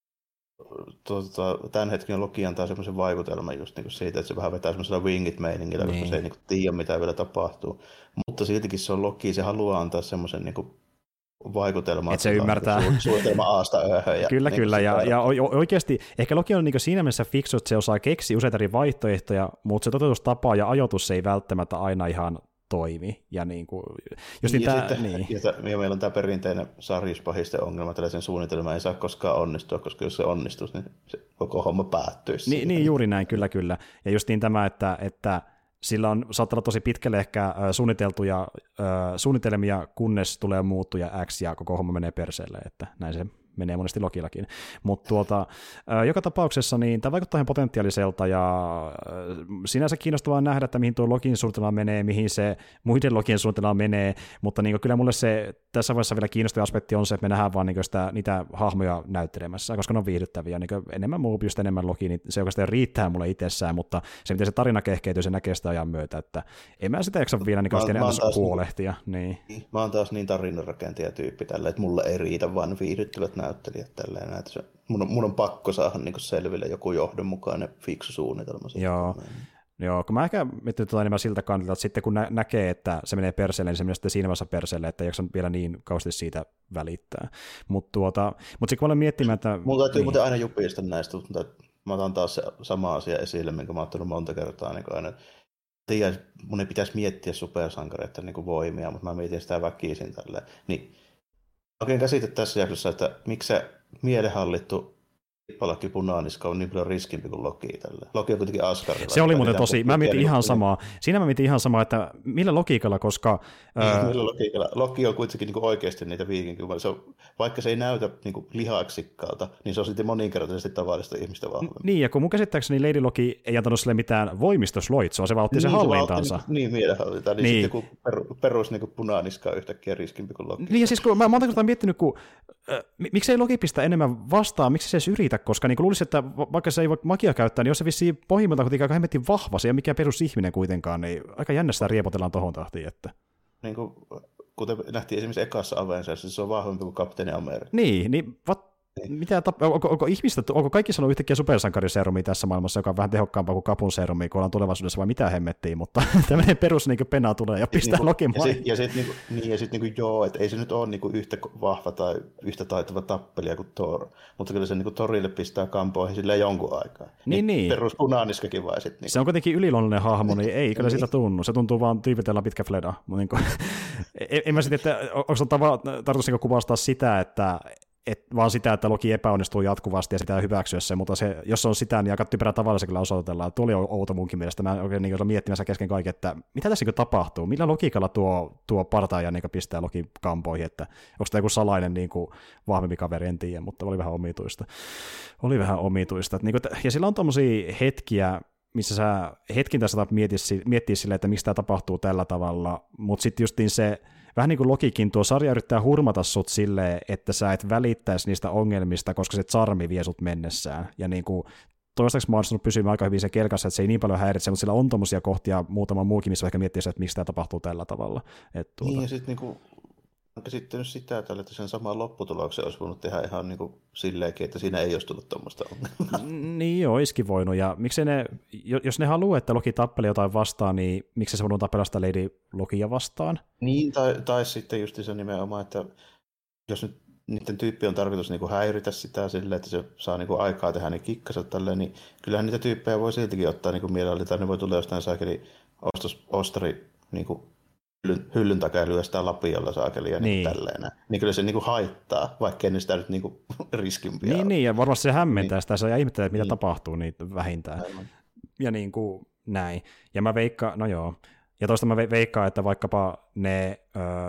tuota, tämän hetken Loki antaa semmoisen vaikutelman just niin siitä, että se vähän vetää semmoisella wingit-meiningillä, niin. koska se ei niin tiedä, mitä vielä tapahtuu. Mutta siltikin se on Loki, se haluaa antaa semmoisen niin vaikutelmaa. Että se ymmärtää. Su- suunnitelma aasta ööhön. Ja, kyllä, niin kyllä. Ja, ja oikeasti ehkä Loki on niin siinä mielessä fiksu, että se osaa keksiä useita eri vaihtoehtoja, mutta se toteutustapa ja ajoitus ei välttämättä aina ihan toimi. Ja, niin kuin, just ja, tämä, sitten, niin. ja, ja meillä on tämä perinteinen sarjispahisten ongelma, tällaisen suunnitelma ei saa koskaan onnistua, koska jos se onnistuisi, niin se koko homma päättyisi. Niin, niin juuri näin, kyllä, kyllä. Ja justiin tämä, että, että sillä on saattaa olla tosi pitkälle ehkä suunniteltuja äh, suunnitelmia, kunnes tulee muuttuja X ja koko homma menee perseelle, että näin se menee monesti Lokillakin. Mutta tuota, äh, joka tapauksessa niin tämä vaikuttaa ihan potentiaaliselta ja äh, sinänsä kiinnostavaa nähdä, että mihin tuo Lokin suunnitelma menee, mihin se muiden Lokien suunnitelma menee, mutta niin kyllä mulle se tässä vaiheessa vielä kiinnostava aspekti on se, että me nähdään vaan niin sitä, niitä hahmoja näyttelemässä, koska ne on viihdyttäviä. Niin enemmän Mobiusta, enemmän Loki, niin se oikeastaan riittää mulle itsessään, mutta se, miten se tarina kehkeytyy, se näkee sitä ajan myötä, että en mä sitä jaksa vielä niin enemmän huolehtia. Niin. Mä oon taas niin tarinanrakentaja tyyppi tällä, että mulle ei riitä vaan viihdyttävät näyttelijät tälleen. Että se, mun, on, mun on pakko saada niin selville joku johdonmukainen fiksu suunnitelma. Joo. Joo, kun mä ehkä mietin tuota enemmän siltä kannalta, että sitten kun nä- näkee, että se menee perseelle, niin se menee sitten siinä vaiheessa perseelle, että ei jaksa vielä niin kauheasti siitä välittää. Mutta tuota, mut sitten kun mä olen miettimään, että... Mulla täytyy niin. muuten aina jupista näistä, mutta mä otan taas se sama asia esille, minkä mä oon ottanut monta kertaa. Niin aina, tiedän, mun ei pitäisi miettiä supersankareiden niin voimia, mutta mä mietin sitä väkisin tälleen. Niin, oikein käsite tässä jaksossa, että miksi se mielenhallittu Lippalakki Punaaniska on niin paljon riskimpi kuin Loki tällä. Loki on kuitenkin Asgardilla. Se oli muuten tosi, mä mietin ihan samaa. Siinä mä mietin ihan samaa, että millä logiikalla, koska... Ää... Millä logiikalla? Loki on kuitenkin niin kuin oikeasti niitä viikinkiä. Se on, vaikka se ei näytä niin kuin lihaksikkaalta, niin se on sitten moninkertaisesti tavallista ihmistä vahvemmin. Niin, ja kun mun käsittääkseni Lady Loki ei antanut sille mitään voimistosloitsoa, se valtti niin, sen hallintansa. Se niin, mielenhallintaan. Niin, niin. Sitten joku perus niin kuin Punaaniska on yhtäkkiä riskimpi kuin Loki. Niin, ja siis kun mä, mä oon kertaan miettinyt, kun, äh, miksei Loki pistä enemmän vastaan, miksi se edes yritä, koska niin luulisin, että vaikka se ei voi magia käyttää, niin jos se vissiin pohjimmiltaan kuitenkin aika hemmetin vahva, se ei ole mikään perusihminen kuitenkaan, niin aika jännä sitä riepotellaan tohon tahtiin. Että... Niin kuin, kuten nähtiin esimerkiksi ekassa Avengersissa, se on vahvempi kuin Kapteeni Amerikka. Niin, niin what? Mitä tap- onko, onko, ihmistä, onko kaikki sanonut yhtäkkiä supersankariserumia tässä maailmassa, joka on vähän tehokkaampaa kuin kapun serumia, kun ollaan tulevaisuudessa vai mitä hemmettiin, mutta tämmöinen perus niin penaa tulee ja pistää niin, Lokin maihin. Ja sitten niin, niin, ja sit, niin joo, että ei se nyt ole niin yhtä vahva tai yhtä taitava tappelija kuin Thor, mutta kyllä se niin Thorille pistää kampoihin silleen jonkun aikaa. Niin, niin. Perus Punaaniskakin vai sitten. Niin. Se on kuitenkin yliluonnollinen hahmo, niin ei kyllä sitä tunnu. Se tuntuu vaan tyypitellä pitkä fleda. Niin kuin, en, en mä sitten, että onko se tarkoitus niin kuvastaa sitä, että Et vaan sitä, että Loki epäonnistuu jatkuvasti ja sitä ei hyväksyä se, mutta se, jos on sitä, niin aika typerä tavalla se kyllä osoitellaan. Tuo oli outo munkin mielestä. Mä oikein niin miettimässä kesken kaiken, että mitä tässä niin tapahtuu? Millä logiikalla tuo, tuo partaaja niin pistää Lokin kampoihin? Että onko tämä joku salainen niin kuin, vahvempi kaveri, en tiedä, mutta oli vähän omituista. Oli vähän omituista. Et, niin kuin, ja sillä on tommosia hetkiä, missä sä hetkin tässä saat miettiä, miettiä silleen, että miksi tämä tapahtuu tällä tavalla, mutta sitten justiin se vähän niin kuin Lokikin, tuo sarja yrittää hurmata sut silleen, että sä et välittäisi niistä ongelmista, koska se charmi vie sut mennessään. Ja niin kuin toistaiseksi mä oon onnistunut pysymään aika hyvin sen kelkassa, että se ei niin paljon häiritse, mutta sillä on tommosia kohtia muutama muukin, missä ehkä miettii, että miksi tämä tapahtuu tällä tavalla. Että tuota... Niin, ja sitten niin olen käsittänyt sitä, että sen saman lopputuloksen olisi voinut tehdä ihan niin kuin silleenkin, että siinä ei olisi tullut tuommoista ongelmaa. Niin joo, olisikin voinut. Ja miksei ne, jos ne haluaa, että Loki tappeli jotain vastaan, niin miksi se voinut tappella sitä Lady Lokia vastaan? Niin, tai, tai sitten just se nimenomaan, että jos nyt niiden tyyppi on tarkoitus niin kuin häiritä sitä silleen, että se saa niin kuin aikaa tehdä ne kikkaset tälleen, niin kyllähän niitä tyyppejä voi siltikin ottaa niin mielellä, tai ne voi tulla jostain saakeli ostos, ostari niin kuin hyllyn, hyllyn takaa lyö sitä lapiolla saakeli ja niin. Niin tälleen. Niin kyllä se niin kuin haittaa, vaikkei ne sitä nyt niin kuin riskimpiä. Niin, niin, ja varmasti se hämmentää niin. Sitä, se ihmettelee, että mitä niin. Tapahtuu niin vähintään. Aivan. Ja niin kuin näin. Ja mä veikkaan, no joo, ja toista mä veikkaan, että vaikkapa ne, öö,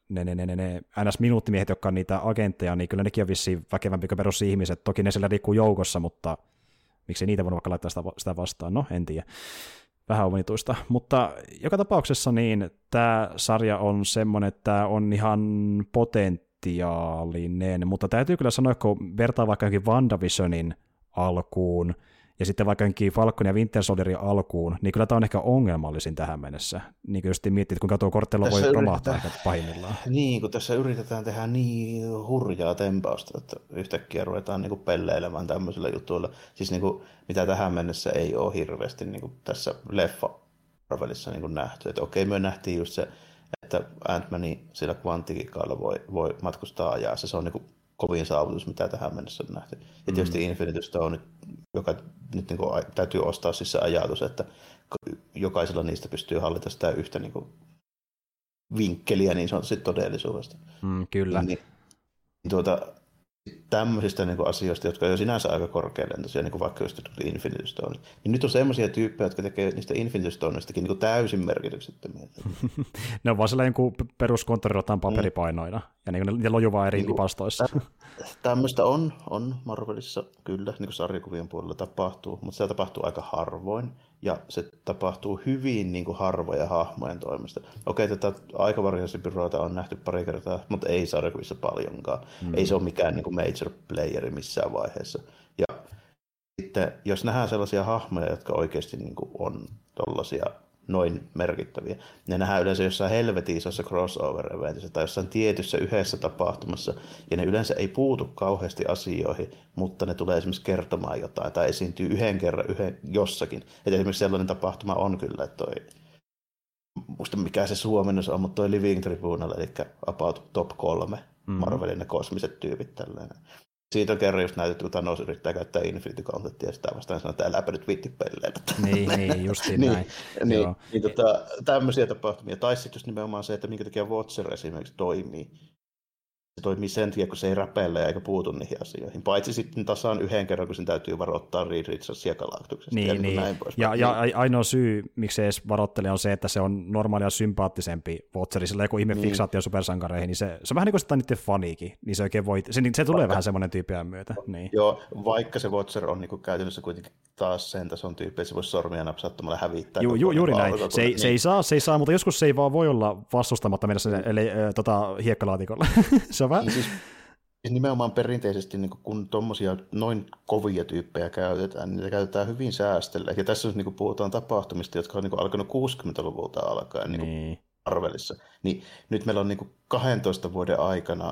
ne, ne, ne, ne, ne N S-minuuttimiehet, jotka on niitä agentteja, niin kyllä nekin on vissiin väkevämpi kuin perusihmiset. Toki ne siellä liikkuu joukossa, mutta miksi niitä voi vaikka laittaa sitä, sitä vastaan? No, en tiedä. Vähän omituista. Mutta joka tapauksessa niin tämä sarja on semmoinen, että on ihan potentiaalinen, mutta täytyy kyllä sanoa, kun vertaa vaikka johonkin WandaVisionin alkuun, ja sitten vaikka jonkin Falcon ja Winter Soldierin alkuun, niin kyllä tämä on ehkä ongelmallisin tähän mennessä. Niin kuin just miettii, että kuinka tuo korttelo voi romahtaa ehkä pahimmillaan. Niin, kun tässä yritetään tehdä niin hurjaa tempausta, että yhtäkkiä ruvetaan niin kuin pelleilemään tämmöisillä jutuilla. Siis niin kuin, mitä tähän mennessä ei ole hirveästi niin kuin tässä leffa Marvelissa niin kuin nähty. Että okei, me nähtiin just se, että Ant-Man sillä kvanttikikalla voi, voi matkustaa ajassa. Se on niin kuin kovin saavutus, mitä tähän mennessä on nähty. Ja tietysti mm. Infinity Stone, joka nyt niin kuin, täytyy ostaa siis se ajatus, että jokaisella niistä pystyy hallita sitä yhtä niin kuin, vinkkeliä niin sanotusti todellisuudesta. Mm, kyllä. Niin, tuota, tämmöisistä niin kuin, asioista, jotka on jo sinänsä aika korkealentoisia, niin kuin vaikka just Infinity Stone, niin nyt on semmoisia tyyppejä, jotka tekee niistä Infinity Stoneistakin niin kuin täysin merkityksettömiä. Ne on vaan sellainen kuin peruskonttorirotaan paperipainoina, mm. ja niin ne lojuu vaan eri niin lipastoissa. Tämmöistä on, on Marvelissa kyllä, niin kuin sarjakuvien puolella tapahtuu, mutta se tapahtuu aika harvoin, ja se tapahtuu hyvin niin kuin harvoja hahmojen toimesta. Okei, tätä aikavarjoisibyroita on nähty pari kertaa, mutta ei sarjakuvissa paljonkaan. Mm. Ei se ole mikään niin kuin major playeri missään vaiheessa. Ja sitten, jos nähdään sellaisia hahmoja, jotka oikeasti niin kuin on tollaisia noin merkittäviä, ne nähdään yleensä jossain helvetin isossa crossover-eventissä tai jossain tietyssä yhdessä tapahtumassa, ja ne yleensä ei puutu kauheasti asioihin, mutta ne tulee esimerkiksi kertomaan jotain tai esiintyy yhden kerran yhden jossakin. Et esimerkiksi sellainen tapahtuma on kyllä, että toi, muista mikä se suomennos on, mutta toi Living Tribunal, eli about top kolme mm-hmm. Marvelin ne kosmiset tyypit tällainen. Siitä on kerran just näytetty, kun Thanos yrittää käyttää Infinity Gauntletia, ja sitä vastaan sanoo, että äläpä nyt viitti pelleillä. Niin, niin, justiin niin, näin. Niin, niin tota, tämmöisiä tapahtumia. Tai sitten just nimenomaan se, että minkä takia Watcher esimerkiksi toimii. Se toimii sen takia, kun se ei räpeile eikä puutu niihin asioihin. Paitsi sitten tasaan yhden kerran, kun sen täytyy varoittaa Reed Richardsia Galactuksesta. Niin, ja, niin. Näin ja, ja ainoa syy, miksi se edes varoittelee, on se, että se on normaalia sympaattisempi Watcheri. Sillä joku ihme niin. fiksaatio supersankareihin, niin se, se on vähän niin kuin sitä niiden faniikin. Niin se oikein voi, se, se tulee vaikka, vähän semmoinen tyyppiä myötä. Niin. Joo, vaikka se Watcher on niin kuin käytännössä kuitenkin taas sen tason tyyppi, että se voisi sormia napsauttamalla hävittää. Ju, ju, juuri näin. Se ei, niin. se, ei saa, se ei saa, mutta joskus se ei vaan voi olla vastustamatta mennä sen eli, äh, tota, hiekkalaatikolla. Se on vähän... Niin siis, nimenomaan perinteisesti, niin kun tuommoisia noin kovia tyyppejä käytetään, niin niitä käytetään hyvin säästellä. Ja tässä niin puhutaan tapahtumista, jotka on niin alkanut kuusikymmentäluvulta alkaen niin niin. Marvelissa. Niin nyt meillä on niin kahdentoista vuoden aikana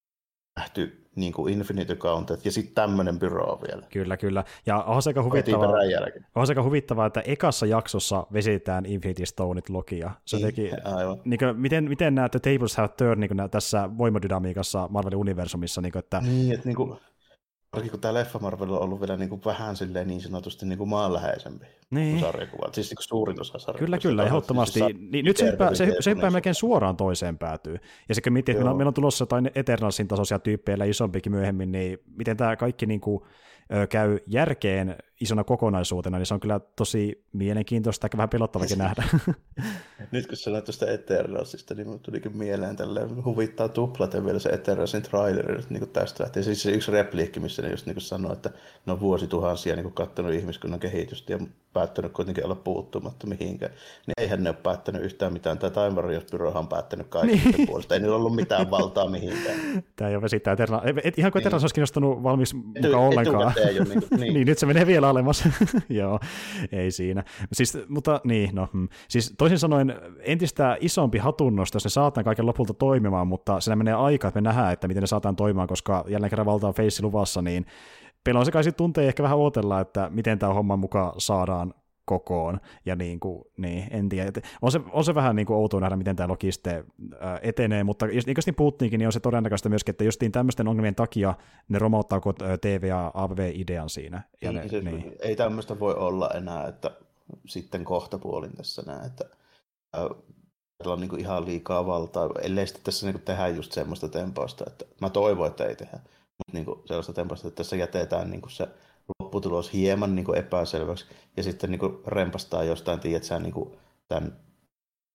nähty niin kuin Infinity Gauntlet ja sitten tämmöinen byro vielä. Kyllä, kyllä. Ja on se aika huvittavaa, on se aika huvittavaa, että ekassa jaksossa vesitään Infinity Stoneit Lokia. Se niin, teki, niin kuin, miten, miten nämä The Tables Have Turned niin tässä voimadynamiikassa Marvelin universumissa? Niin, että... niin että niin kuin, kun tämä leffa Marvel on ollut vielä niin, kuin vähän silleen, niin sanotusti niin kuin maanläheisempi niin. sarjakuva. Siis niin kuin suurin osa sarjakuvasta. Kyllä, kyllä, ehdottomasti. Siis niin, nyt se hyppää, se, se hyppää melkein suoraan toiseen päätyy. Ja sitten kun miettii, että meillä on, meillä on tulossa jotain Eternalsin tasoisia tyyppejä isompikin myöhemmin, niin miten tämä kaikki niin kuin, ö, käy järkeen isona kokonaisuutena, niin se on kyllä tosi mielenkiintoista, ehkä vähän pelottavakin nähdä. Nyt kun sanoit tuosta Eternalsista, niin minulle tulikin mieleen tälleen huvittaa tuplaten vielä se Eternalsin traileri niin tästä lähtien. Siis se yksi repliikki, missä ne just niin sanoo, että ne on vuosituhansia niin katsonut ihmiskunnan kehitystä ja päättänyt kuitenkin olla puuttumatta mihinkään. Niin eihän ne ole päättänyt yhtään mitään. Tämä Time Warriors Bureau on päättänyt kaikista niin. puolesta. Ei niillä ollut mitään valtaa mihinkään. Tämä ei ole vesittää Eternal. Ihan kuin Eternal olisi kiinnostunut valmis mukaan ollenkaan. Niin, niin. niin, nyt se menee vielä alemmas. Joo, ei siinä. Siis, mutta niin, no. Hmm. Siis toisin sanoen entistä isompi hatunnosto, jos ne saataan kaiken lopulta toimimaan, mutta siinä menee aika, että me nähdään, että miten ne saataan toimimaan, koska jälleen kerran valta on face luvassa, niin pelon se kai sitten tuntee ehkä vähän odotella, että miten tämä homma mukaan saadaan kokoon, ja niin kuin, niin, en tiedä. On se, on se vähän niin kuin outoa nähdä, miten tämä Loki sitten ää, etenee, mutta jos niin kuin puhuttiinkin, niin on se todennäköistä myöskin, että justiin tämmöisten ongelmien takia ne romauttaa T V- ja A V V-idean siinä. Ja ei, ne, se, niin. ei tämmöistä voi olla enää, että sitten kohta puolin tässä näin, että äh, on niin kuin ihan liikaa valtaa, ellei sitten tässä niin kuin tehdä just semmoista tempausta, että mä toivon, että ei tehdä, mutta niin kuin sellaista tempausta, että tässä jätetään niin kuin se lopputulos hieman niin kuin epäselväksi, ja sitten niin kuin rempastaa jostain, tiedät sä, niin kuin tämän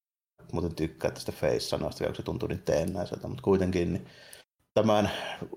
muuten tykkää tästä face-sanasta, koska se tuntuu niin teennäiseltä, mutta kuitenkin niin tämän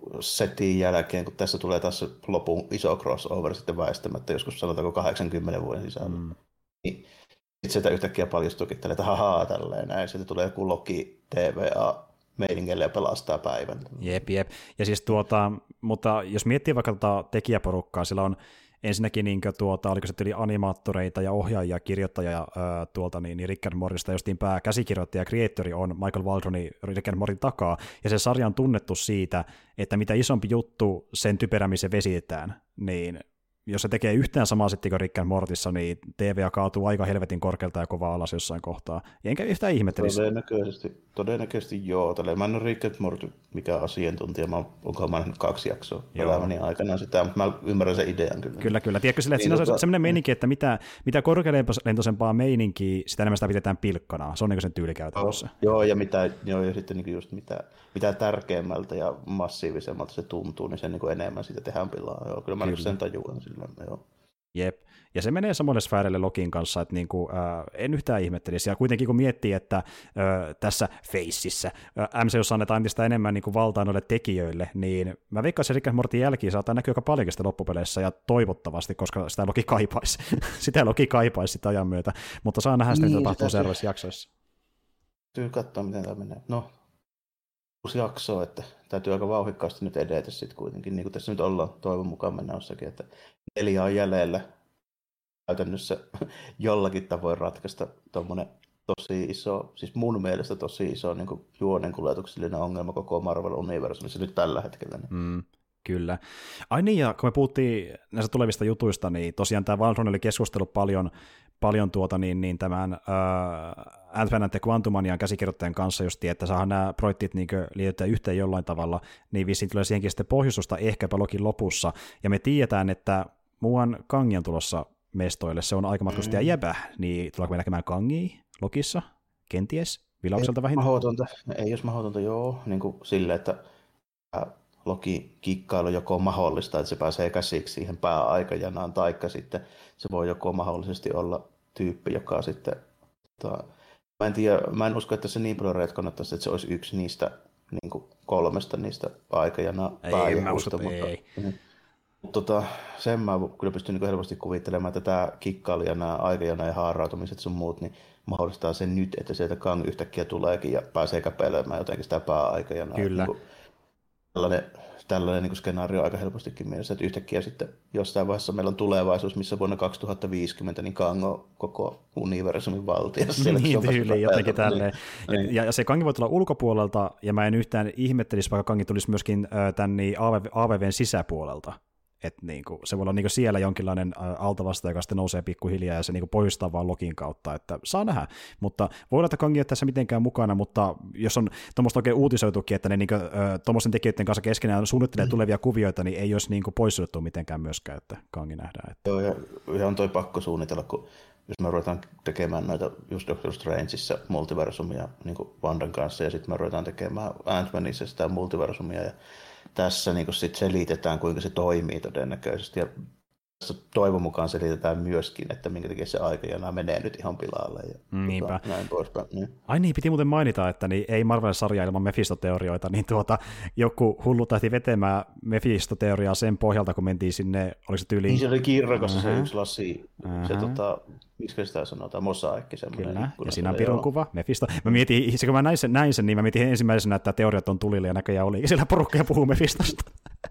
setin jälkeen, kun tässä tulee taas lopun iso crossover sitten väistämättä, joskus sanotaanko kahdeksankymmenen vuoden sisällä, mm. niin sitten sieltä yhtäkkiä paljastuukin tälleen, että hahaa, tälleen näin, sieltä tulee joku Loki T V A meiningelle ja pelastaa päivän. Jep, jep. Ja siis tuota, mutta jos miettii vaikka tuota tekijäporukkaa, sillä on ensinnäkin niin tuota, oliko se tyyli animaattoreita ja ohjaajia, kirjoittajia ää, tuolta niin, niin Rick and Mortista, jostiin pääkäsikirjoittaja ja creatori on Michael Waldroni Rick and Mortin takaa, ja se sarja on tunnettu siitä, että mitä isompi juttu, sen typerämmin se vesitetään, niin jos se tekee yhtään samaa sitten kuin Rick and Mortissa, niin T V A kaatuu aika helvetin korkealta ja kovaa alas jossain kohtaa. Enkä yhtään ihmettelisi. Todennäköisesti, todennäköisesti joo. Tällä mä en ole Rick and Morty mikään asiantuntija. Mä onkohan mä nähnyt kaksi jaksoa elämäni aikana sitä, mutta mä ymmärrän sen idean kyllä. Kyllä, kyllä. Tiedätkö sille, että niin, siinä tota... on sellainen meininki, että mitä, mitä korkealentoisempaa meininkiä, sitä enemmän sitä pidetään pilkkana. Se on niin sen tyylikäytännössä. Joo, joo, ja, mitä, joo, ja sitten niin just mitä, mitä tärkeämmältä ja massiivisemmalta se tuntuu, niin sen niin enemmän siitä tehdään pilaa. Joo, kyllä mä kyllä. sen tajuan sillä. Joo. Jep, ja se menee samalle sfäärille Lokin kanssa, että niinku, äh, en yhtään ihmettelisi, ja kuitenkin kun miettii, että äh, tässä Faceissa äh, M C U:ssa annetaan entistä enemmän niinku valtaa noille tekijöille, niin mä veikkaan, että Rick and Mortin jälkiin saattaa näkyä aika paljonkin sitä loppupeleissä, ja toivottavasti, koska sitä Loki kaipaisi, sitä Loki kaipaisi sitä ajan myötä, mutta saa nähdä sitä, niin, mitä tapahtuu seuraavissa jaksoissa. Täytyy katsoa, miten tämä menee. No, uusi jakso, että täytyy aika vauhikkaasti nyt edetä sitten kuitenkin, niin kuin tässä nyt ollaan toivon mukaan menossakin, että neljä on jäljellä käytännössä jollakin tavoin ratkaista tuommoinen tosi iso, siis mun mielestä tosi iso niin kuin juonenkuljetuksellinen ongelma koko Marvel-universumissa nyt tällä hetkellä. Niin. Mm, kyllä. Ai niin, ja kun me puhuttiin näistä tulevista jutuista, niin tosiaan tämä Waldron oli keskustellut paljon, paljon tuota, niin, niin tämän uh, Ant-Man and the Quantumanian käsikirjoittajan kanssa just, että saadaan nämä projektit niin liitettyä yhteen jollain tavalla, niin vissiin tulee siihenkin sitten pohjustusta ehkäpä Lokin lopussa, ja me tiedetään, että muuan Kangi on tulossa mestoille, se on aikamatkustaja mm. jäbä, niin tuleeko me näkemään Kangia Lokissa? Kenties? Vilaukselta vähintään? Mahdotonta. Ei jos mahdotonta, joo. Niin kuin sille, että Loki kikkailu joko mahdollista, että se pääsee käsiksi siihen pääaikajanaan, taikka sitten se voi joko mahdollisesti olla tyyppi, joka sitten... Ta, mä, en tiedä, mä en usko, että se niin paljon retkonattaisi, että se olisi yksi niistä niin kuin kolmesta niistä aikajana pääjakuista. Ei, mutta, ei. Mm, Tota, sen mä kyllä pystyn niin helposti kuvittelemaan, että tämä kikkailu ja nämä aikajana ja haarautumiset sun muut, niin mahdollistaa sen nyt, että sieltä Kang yhtäkkiä tuleekin ja pääsee käpeilemään jotenkin sitä pääaikajanaa. Kyllä. Niin tällainen tällainen niin skenaario aika helpostikin mielessä, että yhtäkkiä sitten jossain vaiheessa meillä on tulevaisuus, missä vuonna kaksituhattaviisikymmentä niin Kang on koko universumin valtiassa. Niin tyyliin, jotenkin tälleen. Niin. Ja, ja se Kang voi tulla ulkopuolelta, ja mä en yhtään ihmettelisi, vaikka Kang tulisi myöskin äh, tänne A V V:n sisäpuolelta. Että niinku, se voi olla niinku siellä jonkinlainen altavasta, joka sitten nousee pikkuhiljaa ja se niinku poistaa vaan Lokin kautta, että saa nähdä. Mutta voi olla, että Kang ei ole tässä mitenkään mukana, mutta jos on tuommoista oikein uutisoitukin, että ne niinku, tuommoisten tekijöiden kanssa keskenään suunnittelee tulevia kuvioita, niin ei olisi niinku poissuljettu mitenkään myöskään, että Kangi nähdään. Että... Joo, ja, ja on toi pakko suunnitella, kun jos me ruvetaan tekemään noita just Doctor Strangeissa multiversumia niin kuin Wandan kanssa, ja sitten me ruvetaan tekemään Ant-Manissa sitä multiversumia, ja tässä niin sit selitetään, kuinka se toimii todennäköisesti, ja tässä toivon mukaan selitetään myöskin, että minkä takia se aikajana menee nyt ihan pilalle. Ja Niinpä. Näin poispäin. Niin. Ai niin, piti muuten mainita, että niin ei Marvel-sarja ilman Mephisto-teorioita, niin tuota, joku hullu tahti vetemään Mephisto-teoriaa sen pohjalta, kun mentiin sinne, oliko se tyyliin... Niin se oli kirrakossa uh-huh. se yksi lasi, uh-huh. se tota, miksi sitä sanotaan, mosaikki semmoinen. Kyllä, ja siinä on pirun kuva, Mephisto. Mä mietin, kun mä näin sen, näin sen, niin mä mietin ensimmäisenä, että teoriat on tulille ja näköjään oli, ja siellä porukka ja puhuu Mephistosta.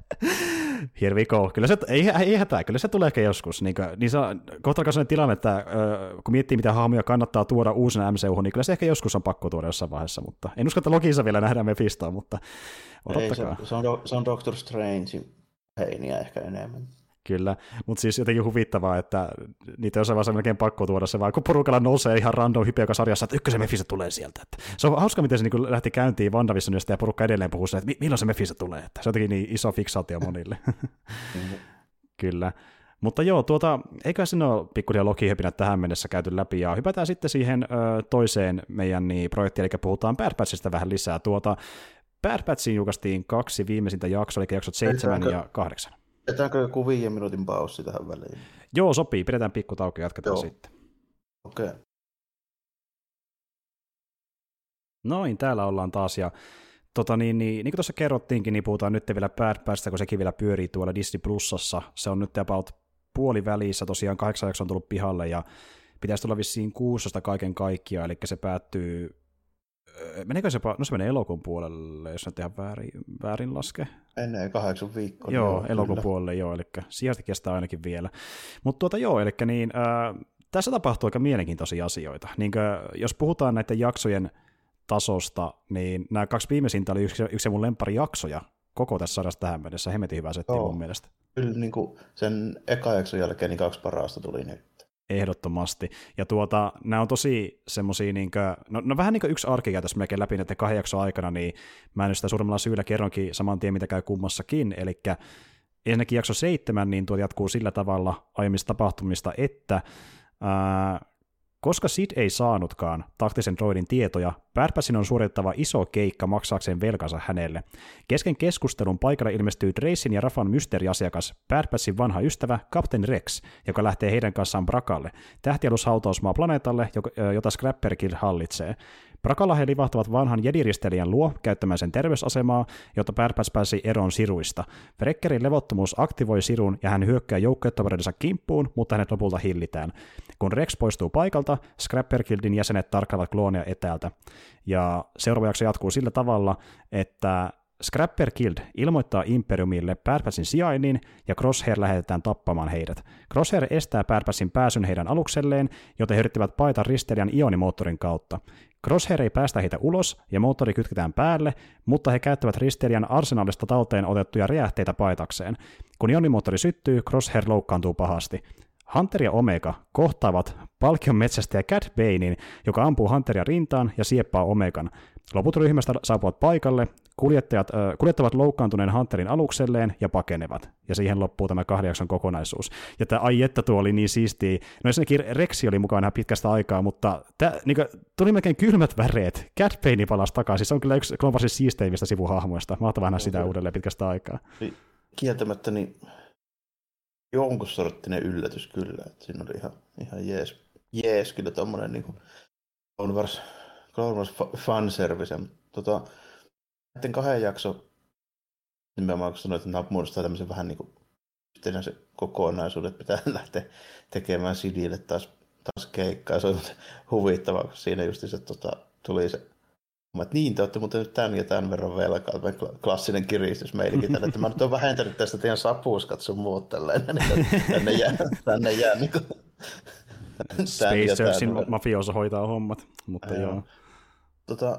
Here we go. Kyllä se, ei, ei hätää, kyllä se tulee ehkä joskus. Niin, niin se on kohta alkaa sellainen tilanne, että äh, kun miettii, mitä hahmoja kannattaa tuoda uusina M C U:hun, niin kyllä se ehkä joskus on pakko tuoda jossain vaiheessa, mutta en usko, että Lokissa vielä nähdään Mephistoa, mutta odottakaa. Ei, se, se, on, se on Doctor Strange heiniä ehkä enemmän. Kyllä, mutta siis jotenkin huvittavaa, että niitä jossain vaiheessa melkein pakko tuoda se, vaan kun porukalla nousee ihan random hype joka sarjassa, että ykkösen Mephisto tulee sieltä. Että se on hauska, miten se niin lähti käyntiin WandaVisionista ja porukka edelleen puhuu että milloin se Mephisto tulee. Että se on jotenkin niin iso fiksaatio monille. Mm-hmm. Kyllä. Mutta joo, tuota, eikä sinne ole pikkuhiljaa Loki-höpinät tähän mennessä käyty läpi, ja hypätään sitten siihen ö, toiseen meidän niin, projektiin, eli puhutaan Bad Batchista vähän lisää. Tuota, Bad Batchiin julkaistiin kaksi viimeisintä jaksoa, eli jaksot seitsemän ja kahdeksan. Pidetäänkö joku viiden minuutin paussi tähän väliin? Joo, sopii. Pidetään pikku tauko ja jatketaan Joo. sitten. Okei. Okay. Noin, täällä ollaan taas, ja tota, niin, niin, niin kuin tuossa kerrottiinkin, niin puhutaan nyt vielä Bad Batchista, kun sekin vielä pyörii tuolla Disney Plusassa. Se on nyt about puolivälissä, tosiaan kahdeksan jakso on tullut pihalle, ja pitäisi tulla vissiin kuusitoista kaiken kaikkiaan, eli se päättyy, meneekö se, no se menee elokuun puolelle, jos nyt ihan väärin, väärin laske. Menee kahdeksan viikkoa. Joo, joo elokuun puolelle, joo, eli sieltä kestää ainakin vielä. Mutta tuota joo, eli niin, äh, tässä tapahtuu aika mielenkiintoisia asioita. Niin kuin, jos puhutaan näiden jaksojen tasosta, niin nämä kaksi viimeisintä oli yksi, yksi mun lempparijaksoja koko tässä sarjassa tähän mennessä. Hemmetin hyvä setti mun mielestä. Kyllä niin kuin sen eka jakson jälkeen niin kaksi parasta tuli nyt. Ehdottomasti. Ja tuota, nämä on tosi semmosia, niin kuin, no, no vähän niin kuin yksi arkikä tässä melkein läpi näiden kahden jakson aikana, niin mä en sitä suurimmalla syyllä kerronkin saman tien, mitä käy kummassakin, eli ensinnäkin jakso seitsemän, niin tuo jatkuu sillä tavalla aiemmista tapahtumista, että ää, koska Sid ei saanutkaan taktisen droidin tietoja, Bad Batchin on suoritettava iso keikka maksaakseen velkansa hänelle. Kesken keskustelun paikalle ilmestyy Tracyn ja Rafan mysteeriasiakas, Bad Batchin vanha ystävä Captain Rex, joka lähtee heidän kanssaan Brakalle, tähtialus-hautausmaa planeetalle, jota Scrapperkill hallitsee. Brakalla he livahtavat vanhan jediristelijän luo käyttämään sen terveysasemaa, jotta Bad Batch pääsi eroon siruista. Wreckerin levottomuus aktivoi sirun ja hän hyökkää joukkuetovereidensa kimppuun, mutta hänet lopulta hillitään. Kun Rex poistuu paikalta, Scrapperkildin jäsenet tarkkaavat kloonia etäältä. Ja seuraava jakso jatkuu sillä tavalla, että Scrapper Guild ilmoittaa Imperiumille Bad Batchin sijainnin ja Crosshair lähetetään tappamaan heidät. Crosshair estää Bad Batchin pääsyn heidän alukselleen, joten he yrittivät paeta risteilijän ionimoottorin kautta. Crosshair ei päästä heitä ulos ja moottori kytketään päälle, mutta he käyttävät risteilijän arsenaalista talteen otettuja räjähteitä paetakseen. Kun ionimoottori syttyy, Crosshair loukkaantuu pahasti. Hunter ja Omega kohtaavat palkion metsästäjä Cad Banein, joka ampuu Hunteria rintaan ja sieppaa Omegan. Loput ryhmästä saapuvat paikalle, kuljettajat, äh, kuljettavat loukkaantuneen Hunterin alukselleen ja pakenevat. Ja siihen loppuu tämä kahden jakson kokonaisuus. Ja tämä ai että tuo oli niin siistiä. No ensinnäkin Rexi oli mukana ihan pitkästä aikaa, mutta tämä, niin kuin, tuli melkein kylmät väreet. Cad Bane palasi takaisin. Se on kyllä yksi Clone Warsin siisteimmistä sivuhahmoista. Mahtavaa nähdä sitä uudelleen pitkästä aikaa. Kieltämättä niin jonkun sorttinen yllätys kyllä. Että siinä oli ihan, ihan jees, jees kyllä tommonen niin kuin Clone Wars, Clone Wars fanservice. Tota, näiden kahden jakson nimenomaan kun sanoit, että nämä muodostaa tämmöisen vähän niin kuin yhtenäisen kokonaisuuden, että pitää lähteä tekemään Sidille taas, taas keikkaa. Se on huvittavaa, kun siinä just se tota, tuli se, että niin, te olette muuten nyt tämän ja tämän verran velkaa, klassinen kiristys meilläkin tällä, että mä nyt olen vähentänyt tästä teidän sapuskat sun muut tällainen, niin tänne jää, tänne jää niin kuin, Space Searchin mafioso hoitaa hommat, mutta joo. joo. Tota,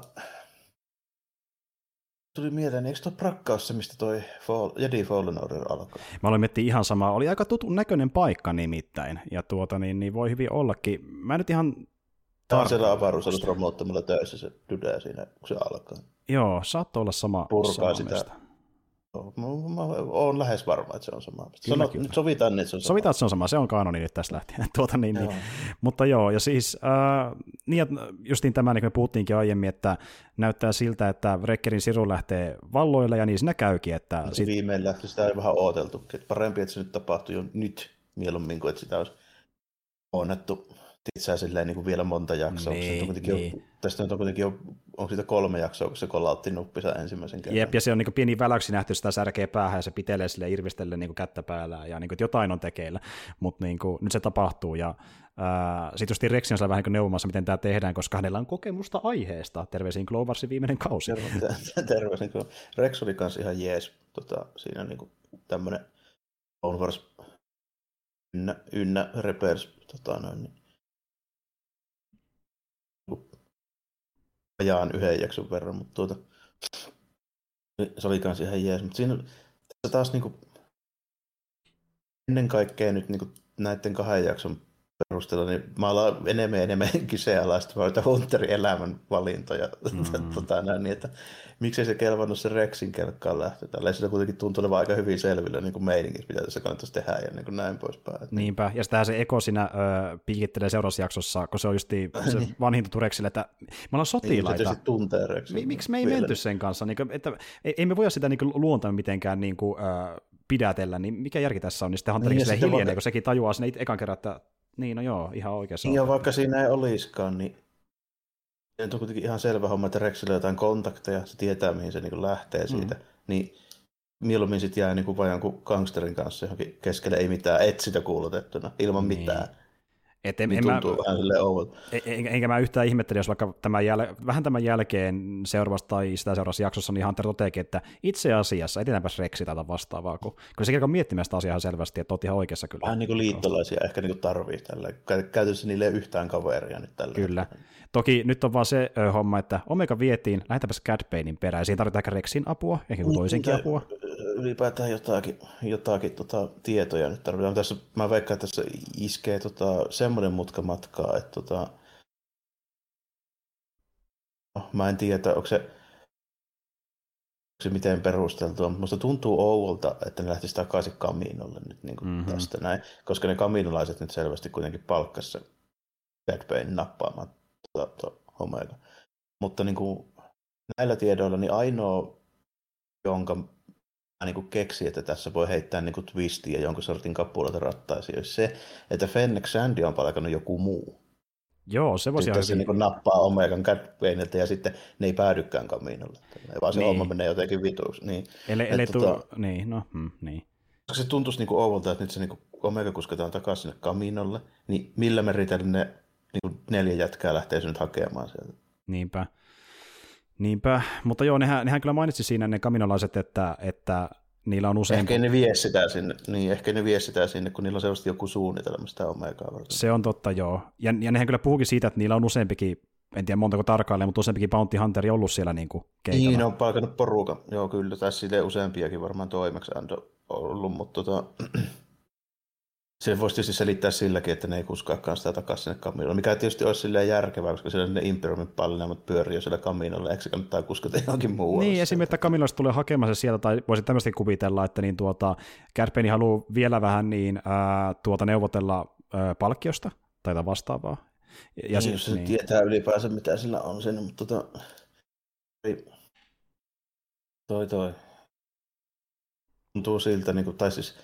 tuli mieleen, eikö tuo Brakkaus se, mistä toi Fall, Jedi Fallen Order alkoi? Mä aloin miettiä ihan samaa. Oli aika tutun näköinen paikka nimittäin, ja tuota, niin, niin voi hyvin ollakin. Mä nyt ihan Tämä on siellä avaruusalus romuuttamalla töissä se dydää siinä, kun se alkaa. Joo, saattoi olla sama. Purkaa sama sitä. Meistä. Mä, mä oon lähes varma, että se on sama. Sano, nyt sovitaan, että se on sama. Sovitaan, että se on sama. Se on kanoni nyt tästä lähtien. tuota, niin, niin. Mutta joo, ja siis äh, niin, justiin tämä, niin kuin me puhuttiinkin aiemmin, että näyttää siltä, että Wreckerin siru lähtee valloille, ja niin siinä käykin. Että sit... Viimein lähti, sitä ei vähän odoteltu. Että parempi, että se nyt tapahtui jo nyt mieluummin, kuin että sitä olisi onnettu itseään silleen niin kuin vielä monta jaksoa. Niin, niin. On, tästä nyt on kuitenkin jo, onko siitä kolme jaksoa, kun se kolautti nuppisa ensimmäisen kerran. Jep, ja se on niin kuin pieni väläksi nähty sitä särkeä päähän, ja se pitelee sille irvistelle niin kuin kättä päällään, ja niin kuin, että jotain on tekeillä, mutta niin kuin, nyt se tapahtuu, ja sitten just Rexin on vähän niin kuin neuvomassa, miten tämä tehdään, koska hänellä on kokemusta aiheesta. Terveisiin Clone Warsin viimeinen kausi. Terveisiin. Rex oli kanssa ihan jees. Tota, siinä niin kuin tämmöinen Clone Wars ynnä, ynnä repers, tota, noin, niin ajaan yhden jakson verran, mutta tuota, se oli kans ihan jees. Mutta siinä tässä taas niinku, ennen kaikkea nyt niinku, näiden kahden jakson perusteella, niin mä ollaan enemmän ja enemmän kyseenalaistamaan Hunterin elämän valintoja. Mm. tota, näin, niin, että miksei se kelvannut se Rexin kelkkaan lähtö. Tällä sitä kuitenkin tuntuu olevan aika hyvin selvillä niin kuin meininkin, mitä tässä kannattaisi tehdä ja niin kuin näin poispäin. Niinpä, ja sitähän se Eko siinä ö, piikittelee seuraavassa jaksossa, kun se on just se vanhin tuttu Rexille, että me ollaan sotilaita. Niin, se tuntee Rexin. Miksi me ei vielä menty sen kanssa? Niin kuin, että, ei, ei me voida sitä niin kuin luontaa mitenkään niin kuin, ö, pidätellä, niin mikä järki tässä on? Niin sitten Hunterkin niin, hiljenee, va- kun sekin tajuaa sinne ekan kerran, että niin, no joo, ihan oikeassa. Ja vaikka siinä ei olisikaan, niin on kuitenkin ihan selvä homma, että Rexillä on jotain kontakteja, se tietää, mihin se niin lähtee siitä, mm. niin mieluummin sitten jää niin kuin vaan jonkun gangsterin kanssa johonkin keskelle, ei mitään, etsitä kuulutettuna, ilman niin. mitään. Et en, niin en tuntuu mä, vähän silleen ouvolta. En, enkä mä yhtään ihmettele, jos vaikka tämän jäl, vähän tämän jälkeen seuraavassa tai sitä seuraavassa jaksossa, niin Hunter toteekin, että itse asiassa etetäänpäs Rexi tätä vastaavaa, kun kyllä se kertoo miettimään sitä asiaa selvästi, että oot ihan oikeassa kyllä. Vähän niin kuin liittolaisia ehkä niin kuin tarvii tällä. Käytössä niille ei yhtään kaveria nyt tällä. Kyllä. Toki nyt on vaan se ö, homma, että Omega vietiin, lähetäpäs Cad Banein perään. Siinä tarvitaan ehkä Rexin apua, ehkä niin, toisenkin apua. Ylipäätään jotakin, jotakin tota, tietoja nyt tarvitaan. Tässä, mä veikkaan, että tässä iskee tota, semmoinen mutka matkaa, että tota, no, mä en tiedä, onko se, onko se miten perusteltua, mutta musta tuntuu ouolta, että ne lähtisivät takaisin Kaminolle nyt niin kuin mm-hmm. tästä näin, koska ne kaminolaiset nyt selvästi kuitenkin palkkasi se Cad Bane nappaamaan Omega. Mutta niin kuin, näillä tiedoilla niin ainoa, jonka mä niin kuin keksin, että tässä voi heittää niin kuin twistiä jonkun sortin kappulalta rattaisiin, olisi se, että Fennec Shandy on palkannut joku muu. Joo, se voisi sitten se niin kuin nappaa Omegan Cad Baneilta ja sitten ne ei päädykään Kaminolle, vaan se niin. homma menee jotenkin vituiksi. Niin, eli eli tu... tota, niin, no, hmm, niin. Se tuntuisi niin kuin ouvolta, että nyt se niin kuin Omega kusketaan takaisin sinne Kaminolle, niin millä meritellä ne niin neljä jätkää lähtee se nyt hakemaan sieltä. Niinpä. Niinpä, mutta joo, nehän, nehän kyllä mainitsi siinä ne kaminolaiset, että, että niillä on usein... Ehkä ne vie sitä sinne, niin ehkä ne vie sitä sinne, kun niillä on selvästi joku suunnitelma sitä Omegaa varten. Se on totta, joo. Ja, ja nehän kyllä puhukin siitä, että niillä on useampikin, en tiedä montako tarkkailija, mutta useampikin Bounty Hunteri ollut siellä niin kuin keikalla. Niin, ne on palkannut porukan. Joo, kyllä, tässä silleen useampiakin varmaan toimeksianto ollut, mutta tota... Se voisi tietysti selittää silläkin, että ne ei kuskaakaan sitä takaisin sinne Kaminolle, mikä tietysti olisi silleen järkevää, koska siellä ne Imperiumin pallinemat pyörii jo siellä Kaminolle, eikö se kannattaa kuskata johonkin muualle? Niin, esimerkiksi, että Kaminoista tulee hakemaan se sieltä, tai voisi tämmöisesti kuvitella, että niin tuota, Cad Bane haluaa vielä vähän niin, ää, tuota, neuvotella ää, palkkiosta, tai vastaavaa. Ja niin, sit, jos se niin. tietää ylipäänsä, mitä sillä on siinä, mutta tota... Toi toi. Tuntuu siltä, niin kuin, tai siis...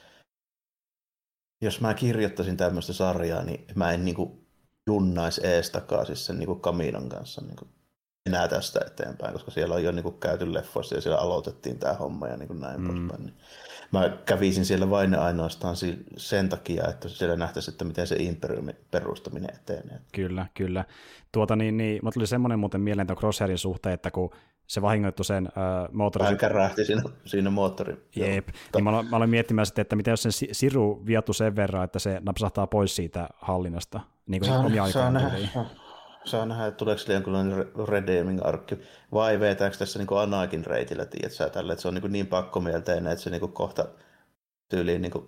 Jos mä kirjoittaisin tämmöistä sarjaa, niin mä en niinku junnaisi ees takaisin sen niinku Kaminon kanssa niinku enää tästä eteenpäin, koska siellä on jo niinku käyty leffoissa ja siellä aloitettiin tämä homma ja niinku näin mm. poispäin. Niin mä kävisin siellä vain ainoastaan sen takia, että siellä nähtäisiin, että miten se imperiumin perustaminen etenee. Kyllä, kyllä. Tuota niin, niin mulla tuli semmoinen muuten mieleen tuon Crosshairin suhteen, että kun se vahingoittui sen äh, moottorin... Vähän kärähti siinä, siinä moottorin. Jep, niin mä, mä olen miettimään sitten, että mitä jos sen siru viattu sen verran, että se napsahtaa pois siitä hallinnasta, niin kuin omia aikaan tuli. Saa nähdä, että tuleeko sille jonkinlainen redeeming-arkki, vai vetääkö tässä niin Anakin reitillä, tiedät sä tälle, että se on niin, niin pakkomielteinen, että se niin kohta tyyliin niin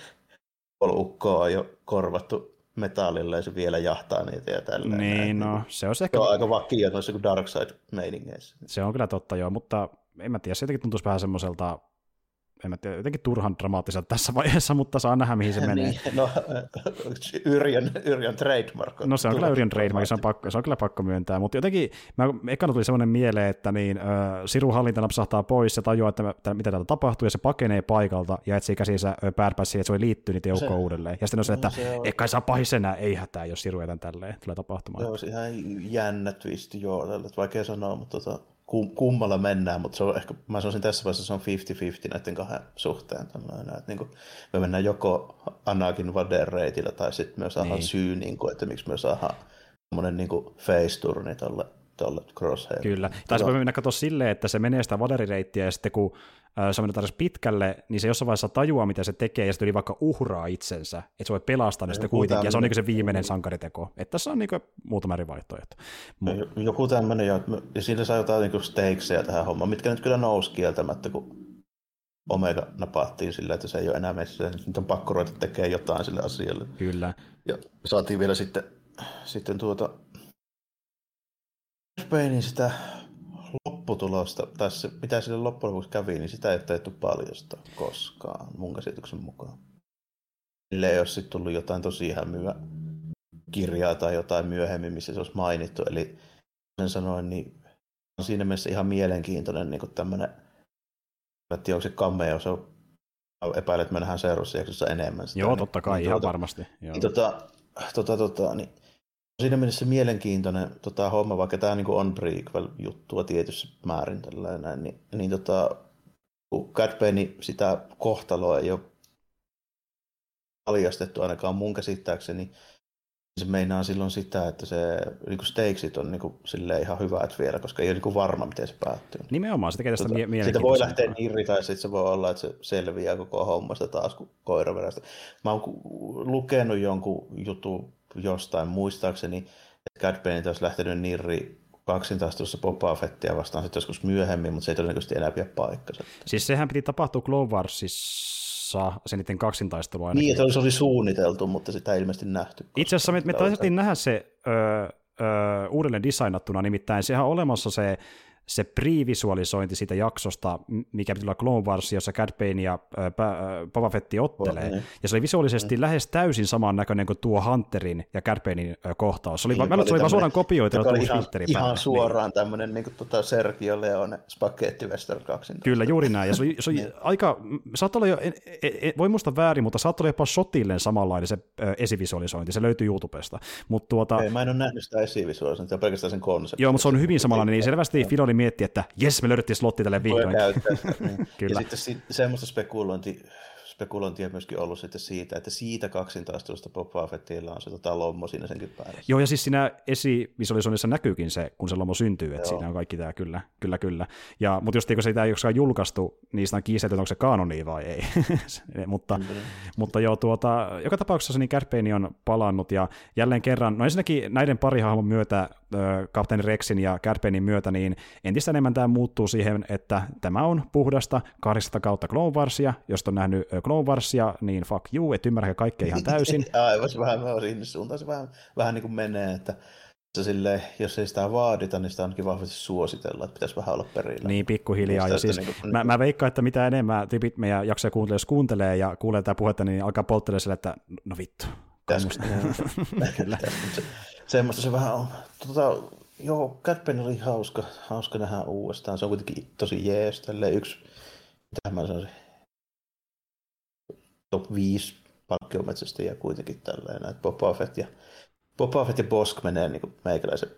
ukkoa on jo korvattu metallilla ja se vielä jahtaa niitä ja tälleen. Niin, no, se on ehkä... Se on aika vakio noissa kuin Darkseid-meiningeissä. Se on kyllä totta, joo, mutta en mä tiedä, se jotenkin tuntuisi vähän semmoiselta, en mä tiedä, jotenkin turhan dramaattiselta tässä vaiheessa, mutta saa nähdä, mihin se menee. Niin, no, Yrjön, Yrjön trademark. No se on kyllä Yrjön trademark, se on, pakko, se on kyllä pakko myöntää, mutta jotenkin, mä, ekana tuli semmoinen mieleen, että niin, äh, Sirun hallinta napsahtaa pois ja tajuaa, että, että mitä täällä tapahtuu, ja se pakenee paikalta ja etsii käsinsä äh, Bad Batchiin, että se voi liittyä niitä joukkoon uudelleen. Ja sitten on se, että se on... eikä saa pahis enää, ei hätää, jos Siru jätän tälleen, tulee tapahtumaan. Se olisi ihan jännä twisti, joo, vaikea sanoa, mutta tota... kummalla mennään, mutta se on ehkä, mä sanoisin tässä vaiheessa se on viisikymmentä viisikymmentä näiden kahden suhteen. Että niin kuin, me mennään joko Anakin Vaden reitillä tai sitten me saadaan niin. syy, niin kuin, että miksi me saadaan semmoinen niin face-turni tuolle tuolle Crosshair. Kyllä. Tai se voi mennä katsoa silleen, että se menee sitä vaderireittiä ja sitten kun äh, se menee tarvitse pitkälle, niin se jossain vaiheessa tajuaa, mitä se tekee ja sitten yli vaikka uhraa itsensä, että se voi pelastaa niistä kuitenkin ja se on niin se viimeinen sankariteko. Että tässä on niin muutama eri vaihtoehto. Mut... Joku tämmöinen, ja, ja sillä saa jotain niin stakesia tähän hommaan, mitkä nyt kyllä nousi kieltämättä, kun Omega napattiin sillä, että se ei ole enää meissä, nyt on pakko ruveta tekemään jotain sille asialle. Kyllä. Ja saatiin vielä sitten, sitten tuota Banein sitä lopputulosta, tai se, mitä sille loppujen lopuksi kävi, niin sitä ei ole tehty paljosta koskaan, mun käsityksen mukaan. Sille ei ole sitten tullut jotain tosi hämyä kirjaa tai jotain myöhemmin, missä se olisi mainittu, eli sen sanoin, niin on siinä mielessä ihan mielenkiintoinen niin tämmöinen, että onko se cameo, se on epäilen, että me nähdään seuraavassa jaksossa enemmän. Sitä, Joo, niin, totta kai, niin, ihan tuota, varmasti. Joo. Niin, tota, tota, tota, niin, Siinä mielessä mielenkiintoinen tota, homma, vaikka tämä niin on prequel-juttua tietyssä määrin tällainen, niin, niin tota, kun Cad Bane sitä kohtaloa ei ole paljastettu ainakaan mun käsittääkseni, se meinaa silloin sitä, että se niin stakesit on niin kuin, ihan hyvät vielä, koska ei ole niin varma, miten se päättyy. Nimenomaan, sitä tekee sitä tota, mie- Sitä voi lähteä irri, tai sitten se voi olla, että se selviää koko hommasta taas kuin koiraverästä. Mä oon lukenut jonkun jutun jostain, muistaakseni, että Cad Bane olisi lähtenyt nirri kaksintaistelussa Boba Fettia vastaan sitten joskus myöhemmin, mutta se ei todennäköisesti enää pidä paikkansa. Siis sehän piti tapahtua Clone Warsissa, se niiden kaksintaistelua ainakin. Niin, että se oli suunniteltu, mutta sitä ei ilmeisesti nähty. Itse asiassa me, me taisittiin nähdä se öö, öö, uudelleen designattuna, nimittäin sehän on olemassa se se pre-visualisointi siitä jaksosta, mikä piti olla Clone Wars, jossa Cad Bane ja äh, Boba Fett ottelee. Oh, ja se oli visuaalisesti mm. lähes täysin saman näköinen kuin tuo Hunterin ja Cad Banein äh, kohtaus. Se oli, niin, va- oli, oli vaan suoraan kopioitu. Oli ihan, ihan suoraan niin. Tämmöinen niin kuin, tota Sergio Leone Spaghetti Western kaksin. Kyllä, juuri näin. Ja se oli, se oli aika, saattoi olla jo, en, en, en, voi muista väärin, mutta saattoi olla jopa sotilleen samanlainen se äh, esivisualisointi. Se löytyy YouTubesta. Mut, tuota, Ei, mä en ole nähnyt sitä esivisualisointia, pelkästään sen konseptin. Joo, mutta se on hyvin samanlainen, niin selvästi Filoni mietti, että jes, me löydettiin slotti tälle vihdoin. Niin. Kyllä. Ja sitten semmoista spekulointi, spekulointia myöskin ollut sitten siitä, että siitä kaksintaistelusta Boba Fettillä on se tota, lommo siinä senkin päällä. Joo, ja siis siinä esivisualisoinnissa näkyykin se, kun se lommo syntyy, että Joo. siinä on kaikki tämä, kyllä, kyllä, kyllä. Ja, mutta just kun sitä ei ole julkaistu, niin sitä on kiistelty, onko se kanonia vai ei. mutta, mm-hmm. mutta joo, tuota, joka tapauksessa niin Cad Bane on palannut, ja jälleen kerran, no ensinnäkin näiden pari hahmon myötä, kapteeni Rexin ja Cad Banein myötä, niin entistä enemmän tämä muuttuu siihen, että tämä on puhdasta kahdeksatta kautta Clone Warsia, jos on nähnyt Clone Warsia, niin fuck you, et ymmärrä kaikkea ihan täysin. Aivan, se vähän, vähän sinne suuntaan, se vähän, vähän niin kuin menee, että se silleen, jos ei sitä vaadita, niin sitä ainakin vahvasti suositella, että pitäisi vähän olla perillä. Niin, pikkuhiljaa. Ja siis, niin kuin, mä, mä veikkaan, että mitä enemmän tyypit meidän jaksoja kuuntelee, jos kuuntelee ja kuulee tätä puhetta, niin alkaa polttelemaan sille, että no vittu. Kyllä. Semmoista se vähän on. Tota, joo, Cad Bane oli hauska, hauska nähdä uudestaan. Se on kuitenkin tosi jees. Tälleen yksi, mitä mä sanoisin, top viisi palkkiometsästä ja kuitenkin tälleen. Että Boba Fett ja, Boba Fett ja Bosk menee niin meikäläisen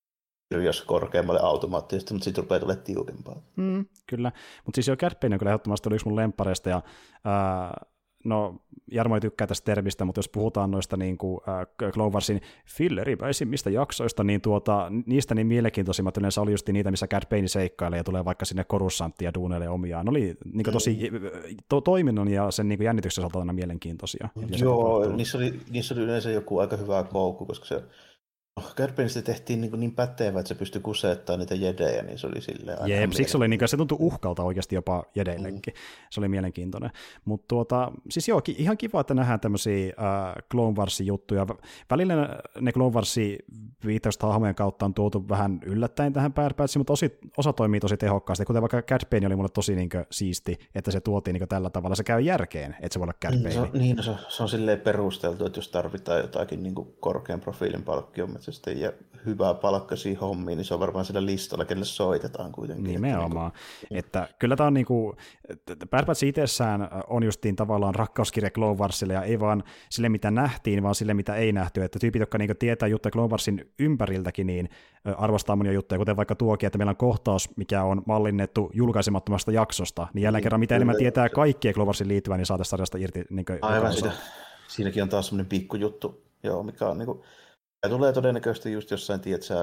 jos korkeammalle automaattisesti, mutta sitten rupeaa tulemaan tiukempaa. Mm, kyllä, mutta siis jo Cad Bane on kyllä ehdottomasti oli yksi mun lemppareista ja ää... No, Jarmo ei tykkää tästä termistä, mutta jos puhutaan noista niin kuin, äh, Clone Warsin filleripäisimmistä jaksoista, niin tuota, niistä niin mielenkiintoisimmat yleensä oli just niitä, missä Cad Bane seikkailee ja tulee vaikka sinne Coruscantiin ja duuneilee omiaan. Ne oli niin kuin, tosi to, toiminnon ja sen niin kuin, jännityksen osalta aina mielenkiintoisia. Joo, niissä oli, niissä oli yleensä joku aika hyvä koukku, koska se Cad Baneista tehtiin niin, niin pätevä, että se pystyi kusettamaan niitä jedejä, niin se oli silleen aina Jep, siksi oli, niin kuin, se tuntui uhkalta oikeasti jopa jedeillekin. Mm. Se oli mielenkiintoinen. Mutta tuota, siis joo, ihan kiva, että nähdään tämmöisiä äh, Clone Warsin juttuja. Välillä ne Clone Warsin viittausta hahmojen kautta on tuotu vähän yllättäen tähän Bad Batchiin, mutta osi, osa toimii tosi tehokkaasti. Kuten vaikka Cad Bane oli mulle tosi niin kuin, siisti, että se tuotiin niin kuin, tällä tavalla. Se käy järkeen, että se voi olla Cad Bane. Se on, niin, no, se, se on silleen perusteltu, että jos tarvitaan jotakin niin kuin korkean profiilin palkkioon, ja hyvää palkkaisia hommia, niin se on varmaan sillä listalla, kenelle soitetaan kuitenkin. Nimenomaan. Että, niin että kyllä tämä on niin kuin, Bad Batch itsessään on justiin tavallaan rakkauskirja Clone Warsille, ja ei vaan sille, mitä nähtiin, vaan sille, mitä ei nähty. Että tyypit, jotka niin kuin tietää juttuja Clone Warsin ympäriltäkin, niin arvostaa monia juttuja, kuten vaikka tuokin, että meillä on kohtaus, mikä on mallinnettu julkaisemattomasta jaksosta, niin jälleen kerran, mitä enemmän tietää kaikkia Clone Warsin liittyvää, niin saa tästä sarjasta irti. Niin aivan sitä. Siinäkin on taas semmoinen pikkujuttu, joo, mikä on niin kuin ja tulee todennäköisesti just jossain, tiedät sä,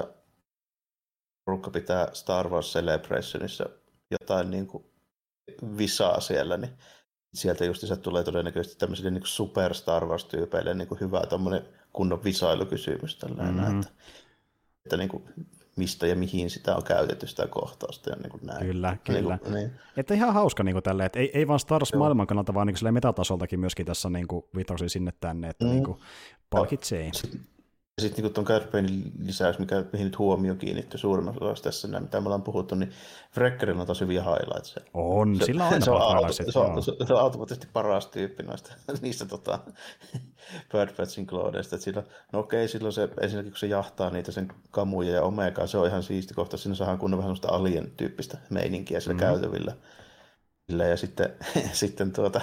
porukka pitää Star Wars Celebrationissa jotain niin kuin visaa siellä, niin sieltä just se tulee todennäköisesti tämmöisille niin kuin super Star Wars-tyypeille niin kuin hyvä tommoinen kunnon visailukysymys tällainen, mm-hmm. että, että niin kuin, mistä ja mihin sitä on käytetty sitä kohtausta ja niin kuin näin. Kyllä, kyllä. Niin kuin, niin. Että ihan hauska niin kuin tälleen, että ei, ei vaan Star Wars maailman kannalta, vaan niin kuin metatasoltakin myöskin tässä niin kuin viitauksia sinne tänne, että mm. niin kuin palkitsee. Ja sitten niin tuon Cad Banein lisäys, mikä, mihin nyt huomio kiinnittyi suurimmassa osassa tässä, näin, mitä me ollaan puhuttu, niin Wreckerilla on tosi hyviä highlights. On, se, sillä on aina se on, auto, se, se, on, se on automaattisesti paras tyyppi noista niistä tota, Bad Batchin kloodeista. Sillä, no okei, silloin se, ensinnäkin kun se jahtaa niitä sen kamuja ja omegaa, se on ihan siisti kohta. Siinä saadaan kunnon vähän sellaista alien-tyyppistä meininkiä sillä mm-hmm. käytävillä. Ja sitten, sitten tuota,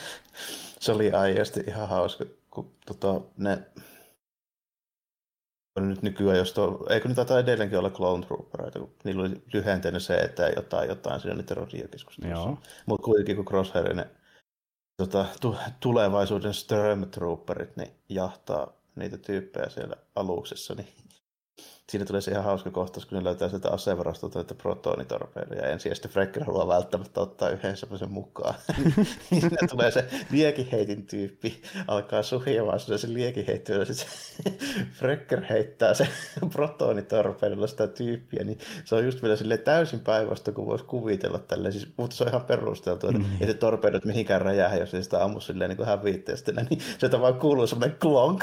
se oli aiheasti ihan hauska, kun tota, ne nyt nykyään, jos tuo, eikö nyt taitaa edelleenkin olla Clone Troopereita, kun niillä oli lyhenteenä se, että jotain, jotain siinä niiden radiokeskustelussa. Mutta kuitenkin kun Crosshairin ne tota, tu, tulevaisuuden Stormtrooperit niin jahtaa niitä tyyppejä siellä aluksessa, niin siinä tulee se ihan hauska kohtaus, kun ne löytää sieltä asevarastolta näitä protonitorpeidoja ensin, ja sitten Frekker haluaa välttämättä ottaa yhden semmoisen mukaan. Niin tulee se liekiheitin tyyppi, alkaa suhiamaan sinne se liekiheitti, ja sitten Frekker heittää se protonitorpeidolla sitä tyyppiä, niin se on just vielä silleen täysin päinvastoin, kun voisi kuvitella tälleen, siis, mutta se on ihan perusteltu, että mm. ei se torpeidot mihinkään räjähä, jos ei sitä ammu silleen niin häviitteestänä, niin sieltä vaan kuuluu semmoinen klonk.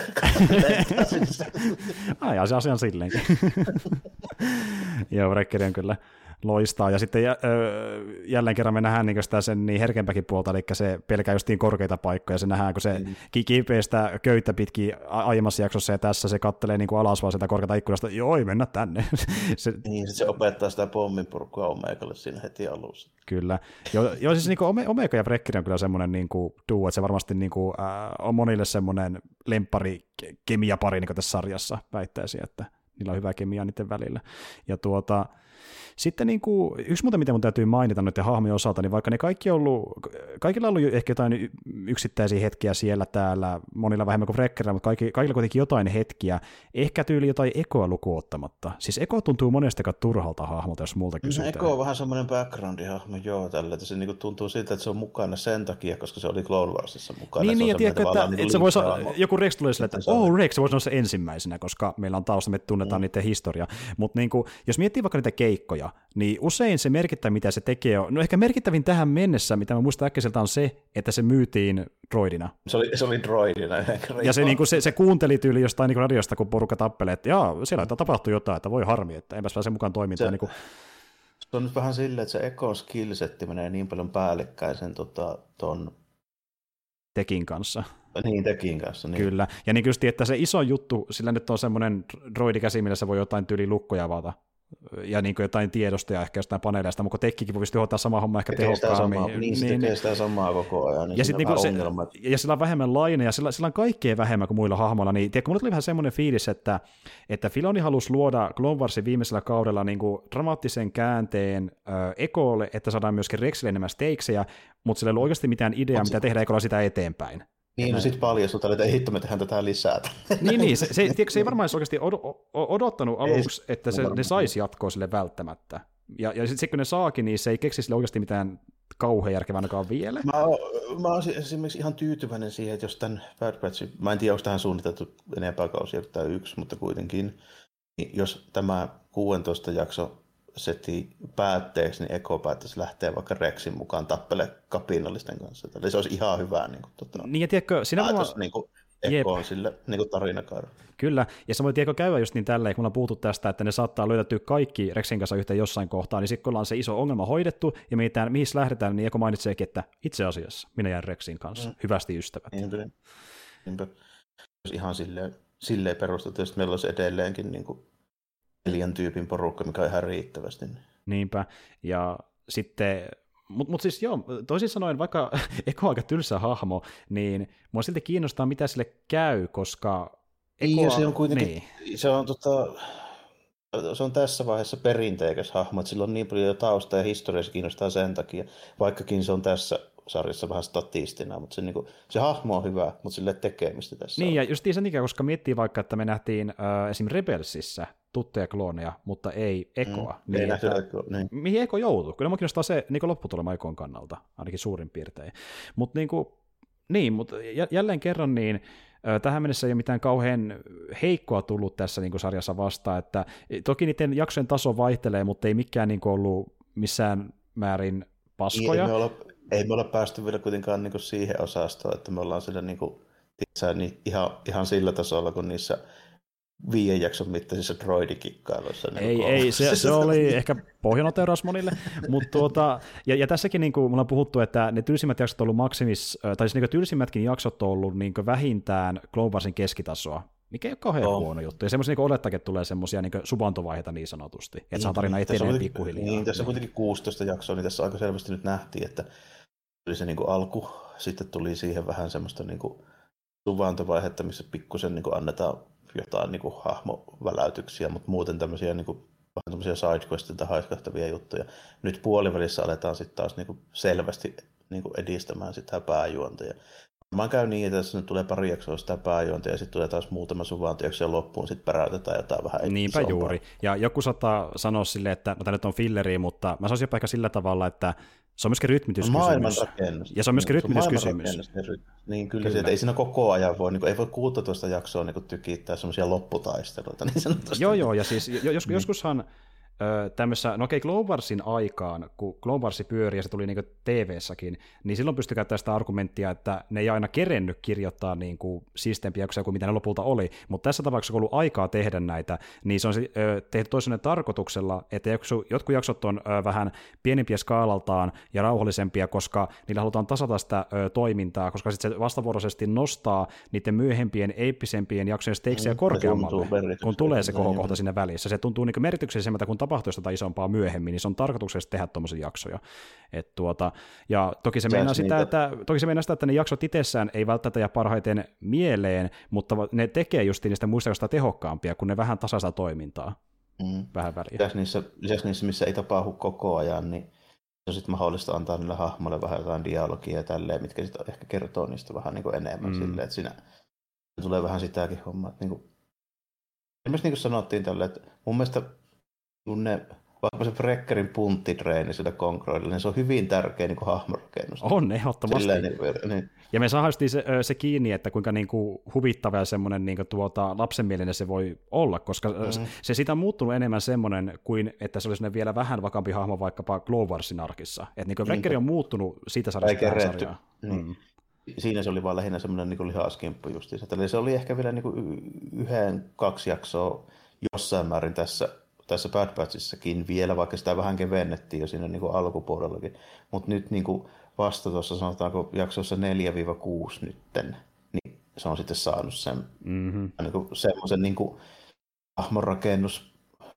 Ai, ja se asian silleenkin. Joo, Frekkeri on kyllä loistaa. Ja sitten jä, jälleen kerran me nähdään niin sitä sen niin herkempäkin puolta, eli se pelkää justiin korkeita paikkoja. Se nähdään, kun se mm. kipeästä köyttä pitkin aiemmassa jaksossa, ja tässä se kattelee niin kuin alas vaan sieltä korkeata ikkunasta, joo, ei mennä tänne. se, niin, se opettaa sitä pomminpurkua Omegalle siinä heti alussa. Kyllä. Joo, jo, siis niin kuin Omega ja Frekkeri on kyllä semmoinen niin kuin duo, että se varmasti niin kuin, äh, on monille semmoinen lemppari kemiapari niin kuin tässä sarjassa, väittäisin, että niillä on hyvä kemia niiden välillä. Ja tuota, sitten niin kuin, yksi muuta, mitä mun täytyy mainita noiden hahmojen osalta, niin vaikka ne kaikki on ollut, kaikilla on ollut ehkä jotain yksittäisiä hetkiä siellä täällä, monilla vähemmän kuin Frekkerillä, mutta kaikki, kaikilla kuitenkin jotain hetkiä, ehkä tyyli jotain Ekoa lukuun ottamatta. Siis Eko tuntuu monestakaan turhalta hahmolta, jos multa kysytään. Eko on vähän semmoinen background-hahmo, joo, tällä, että se niin tuntuu siltä, että se on mukana sen takia, koska se oli Clone Warsissa mukana. Niin, niin ja tiedätkö, että, että se voisi, joku Rex tulee sille, että oh, Rex, se voisi olla se ensimmäisenä, koska meillä on tausta, me tunnetaan mm. niiden historia. Mutta niin jos miettii vaikka niitä keikkoja, niin usein se merkittävin, mitä se tekee, on, no ehkä merkittävin tähän mennessä, mitä mä muistan äkkiseltä, on se, että se myytiin droidina. Se oli, se oli droidina. Ja se, niin kuin, se, se kuunteli tyyli jostain niin radiosta, kun porukka tappelee, että jaa, siellä tapahtui jotain, että voi harmi, että enpäs pääse mukaan toimintaan. Se, niin kuin... se on nyt vähän silleen, että se Ekon skillsetti menee niin paljon päällekkäin sen tota, ton... Tekin kanssa. Niin, Tekin kanssa. Niin. Kyllä. Ja niin kyllä, että se iso juttu, sillä nyt on semmoinen droidikäsi, millä se voi jotain tyyli lukkoja avata. Ja niin kuin jotain tiedosta ja ehkä jostain paneeleista, mutta Tekkikin voi pystyä hoitaa sama homma ehkä tekee tehokkaammin. Sama, niin, se niin, tekee sitä samaa koko ajan. Niin ja, sit niinku se, ja sillä on vähemmän laine, ja sillä, sillä on kaikkea vähemmän kuin muilla hahmoilla. Niin, tiedätkö, mulle tuli vähän semmoinen fiilis, että, että Filoni halusi luoda Clone Warsin viimeisellä kaudella niin kuin dramaattisen käänteen äh, Ekolle, että saadaan myöskin Rexille enemmän stakesejä, mutta sillä ei ollut oikeasti mitään ideaa, mitä tehdä Ekolla sitä eteenpäin. Niin, no sitten paljastui, että ei hitto, me tehdään tätä lisää. niin, niin, se, se, tiedätkö, se ei varmaan oikeasti odottanut aluksi, ei, että se, ne saisi jatkoa sille välttämättä. Ja, ja sitten kun ne saakin, niin se ei keksi sille oikeasti mitään kauhean järkevää ainakaan vielä. Mä, mä oon esimerkiksi ihan tyytyväinen siihen, että jos tämän Bad Batchin, mä en tiedä, onko tähän suunniteltu enempää kausia kuin tämä yksi, mutta kuitenkin, niin jos tämä kuusitoista jakso seti päätteeksi, niin Eko päättäisi lähteä vaikka Rexin mukaan tappele kapinallisten kanssa. Eli se olisi ihan hyvä niin kuin, tota, niin, ja tiedätkö, sinä päätös vaan... niin kuin Ekoon sille niin kuin tarinakaari. Kyllä, ja samoin tiedätkö käydä just niin tälleen, kun me ollaan puhuttu tästä, että ne saattaa löytäytyä kaikki Rexin kanssa yhteen jossain kohtaa, niin sitten kun ollaan se iso ongelma hoidettu, ja mietitään, mihin lähdetään, niin Eko mainitseekin, että itse asiassa minä jään Rexin kanssa, mm. hyvästi ystävät. Niinpä, niinpä. Ihan silleen, silleen perustettu, että meillä olisi edelleenkin niin kuin neljän tyypin porukka, mikä on ihan riittävästi. Niinpä, ja sitten, mutta mut siis joo, toisin sanoen, vaikka Eko on aika tylsä hahmo, niin mua silti kiinnostaa, mitä sille käy, koska Ekoa... Niin, se on kuitenkin, niin. se, on, tota, se on tässä vaiheessa perinteikäs hahmo, että sillä on niin paljon taustaa ja historiaa, se kiinnostaa sen takia, vaikkakin se on tässä sarjassa vähän statistina, mutta se, niin kuin, se hahmo on hyvä, mutta sille tekemistä tässä Niin, on. ja just sen ikä, koska miettii vaikka, että me nähtiin äh, esim. Rebelsissä tuttuja klooneja, mutta ei Ekoa. Mm, niin, ei nähty että, Ekoa, niin. Mihin Eko joutuu? Kyllä mä kiinnostaa se niin lopputulema Ekon kannalta, ainakin suurin piirtein. Mutta niin, niin, mut jälleen kerran, niin äh, tähän mennessä ei ole mitään kauhean heikkoa tullut tässä niin sarjassa vastaan, että toki niiden jaksojen taso vaihtelee, mutta ei mikään niin ollut missään määrin paskoja. Ei me olla, ei me olla päästy vielä kuitenkaan niin siihen osastoon, että me ollaan sillä niin kuin, niin ihan, ihan sillä tasolla, kun niissä viiden jakson mittaisissa droidikikkailuissa. Niin ei, ei se, se oli ehkä pohjanoteuraus monille, mutta tuota, ja, ja tässäkin niin kuin mulla on puhuttu, että ne tylsimmät jaksot on ollut maksimis, tai siis niin tylsimmätkin jaksot on ollut niin vähintään Clone Warsin keskitasoa, mikä ei ole kauhean oh. huono juttu. Ja semmoisia niin olettakin, että tulee semmoisia niin subantovaiheita niin sanotusti, että saa tarina eteneen pikkuhiljaa. Niin, tässä on kuitenkin kuusitoista jaksoa, niin tässä aika selvästi nyt nähtiin, että tuli se niin kuin alku, sitten tuli siihen vähän semmoista niin kuin subantovaihetta, missä pikkusen niin kuin annetaan jotain niin kuin hahmoväläytyksiä, mutta muuten tämmöisiä niin kuin, vähän tämmöisiä sidequestilta haiskahtavia juttuja. Nyt puolivälissä aletaan sitten taas niin kuin selvästi niin kuin edistämään sitä pääjuonta. Ja mä käyn niin, että tässä nyt tulee pari jaksoa sitä pääjuonta ja sitten tulee taas muutama suvantojakso ja loppuun sitten päräytetään jotain vähän. Niinpä isompaa. Juuri. Ja joku saattaa sanoa silleen, että no tämä nyt on filleri, mutta mä sanoisin jopa ehkä sillä tavalla, että se on myöskin rytmityskysymys. Ja se on myöskin rytmityskysymys. Niin kyllä, kyllä. Se, ei siinä koko ajan voi, niin kuin, ei voi kuusitoista jaksoa niin kuin, tykittää semmoisia lopputaisteluita. Niin joo, joo, ja siis jos, joskushan tämmöisessä, no okei, Clone Warsin aikaan, kun Clone Wars pyöri ja se tuli niin T V-säkin, niin silloin pystyi käyttämään sitä argumenttia, että ne ei aina kerennyt kirjoittaa niin kuin siistempiä jaksoja kuin mitä ne lopulta oli, mutta tässä tapauksessa, kun on ollut aikaa tehdä näitä, niin se on tehty toisaalta tarkoituksella, että jotkut jaksot on vähän pienempiä skaalaltaan ja rauhallisempia, koska niillä halutaan tasata sitä toimintaa, koska sitten se vastavuoroisesti nostaa niiden myöhempien, eeppisempien jaksojen stakesiä mm, korkeammalle, kun tulee se kohokohta sinne välissä. Se tuntuu niin merkityksellisemmältä, kun tapahtuisi jotain isompaa myöhemmin, niin se on tarkoituksellisesti tehdä tuommoisia jaksoja. Et tuota, ja toki se, meinaa sitä, että, toki se meinaa sitä, että ne jaksot itsessään ei välttämättä jää parhaiten mieleen, mutta ne tekee just niistä muista jaksoista tehokkaampia, kun ne vähän tasaista toimintaa. Mm. Vähän väliä. Lisäksi niissä, lisäksi niissä, missä ei tapahdu koko ajan, niin se on sitten mahdollista antaa niille hahmoille vähän jotain dialogia ja tälleen, mitkä sitten ehkä kertoo niistä vähän niin kuin enemmän mm. silleen, että siinä tulee vähän sitäkin hommaa. Että niin kuin, myös niin kuin sanottiin tälleen, että mun mielestä kun ne, vaikka se Brekkerin punttitreeni sillä Concroidilla, niin se on hyvin tärkeä niin kuin hahmorakennus. On, ehdottomasti. Silleen, niin, niin. Ja me saadaan se, se kiinni, että kuinka niin kuin huvittava ja semmoinen niin kuin tuota, lapsenmielinen se voi olla, koska mm. se siitä on muuttunut enemmän semmoinen kuin, että se olisi vielä vähän vakaampi hahmo vaikkapa Clone Warsin arkissa. Että niin Brekkeri on muuttunut siitä sarjasta tähän sarjaan. Niin. Mm. Siinä se oli vaan lähinnä semmoinen niin kuin lihaskimppu justiinsa. Eli se oli ehkä vielä niin kuin yhden, kaksi jaksoa jossain määrin tässä tässä Bad Batchissakin vielä, vaikka sitä vähän kevennettiin jo siinä niin kuin alkupuolellakin. Mutta nyt niin kuin vasta tuossa sanotaanko jaksossa neljä kuusi nytten, niin se on sitten saanut sen mm-hmm. niin kuin semmoisen niin kuin hahmonrakennus,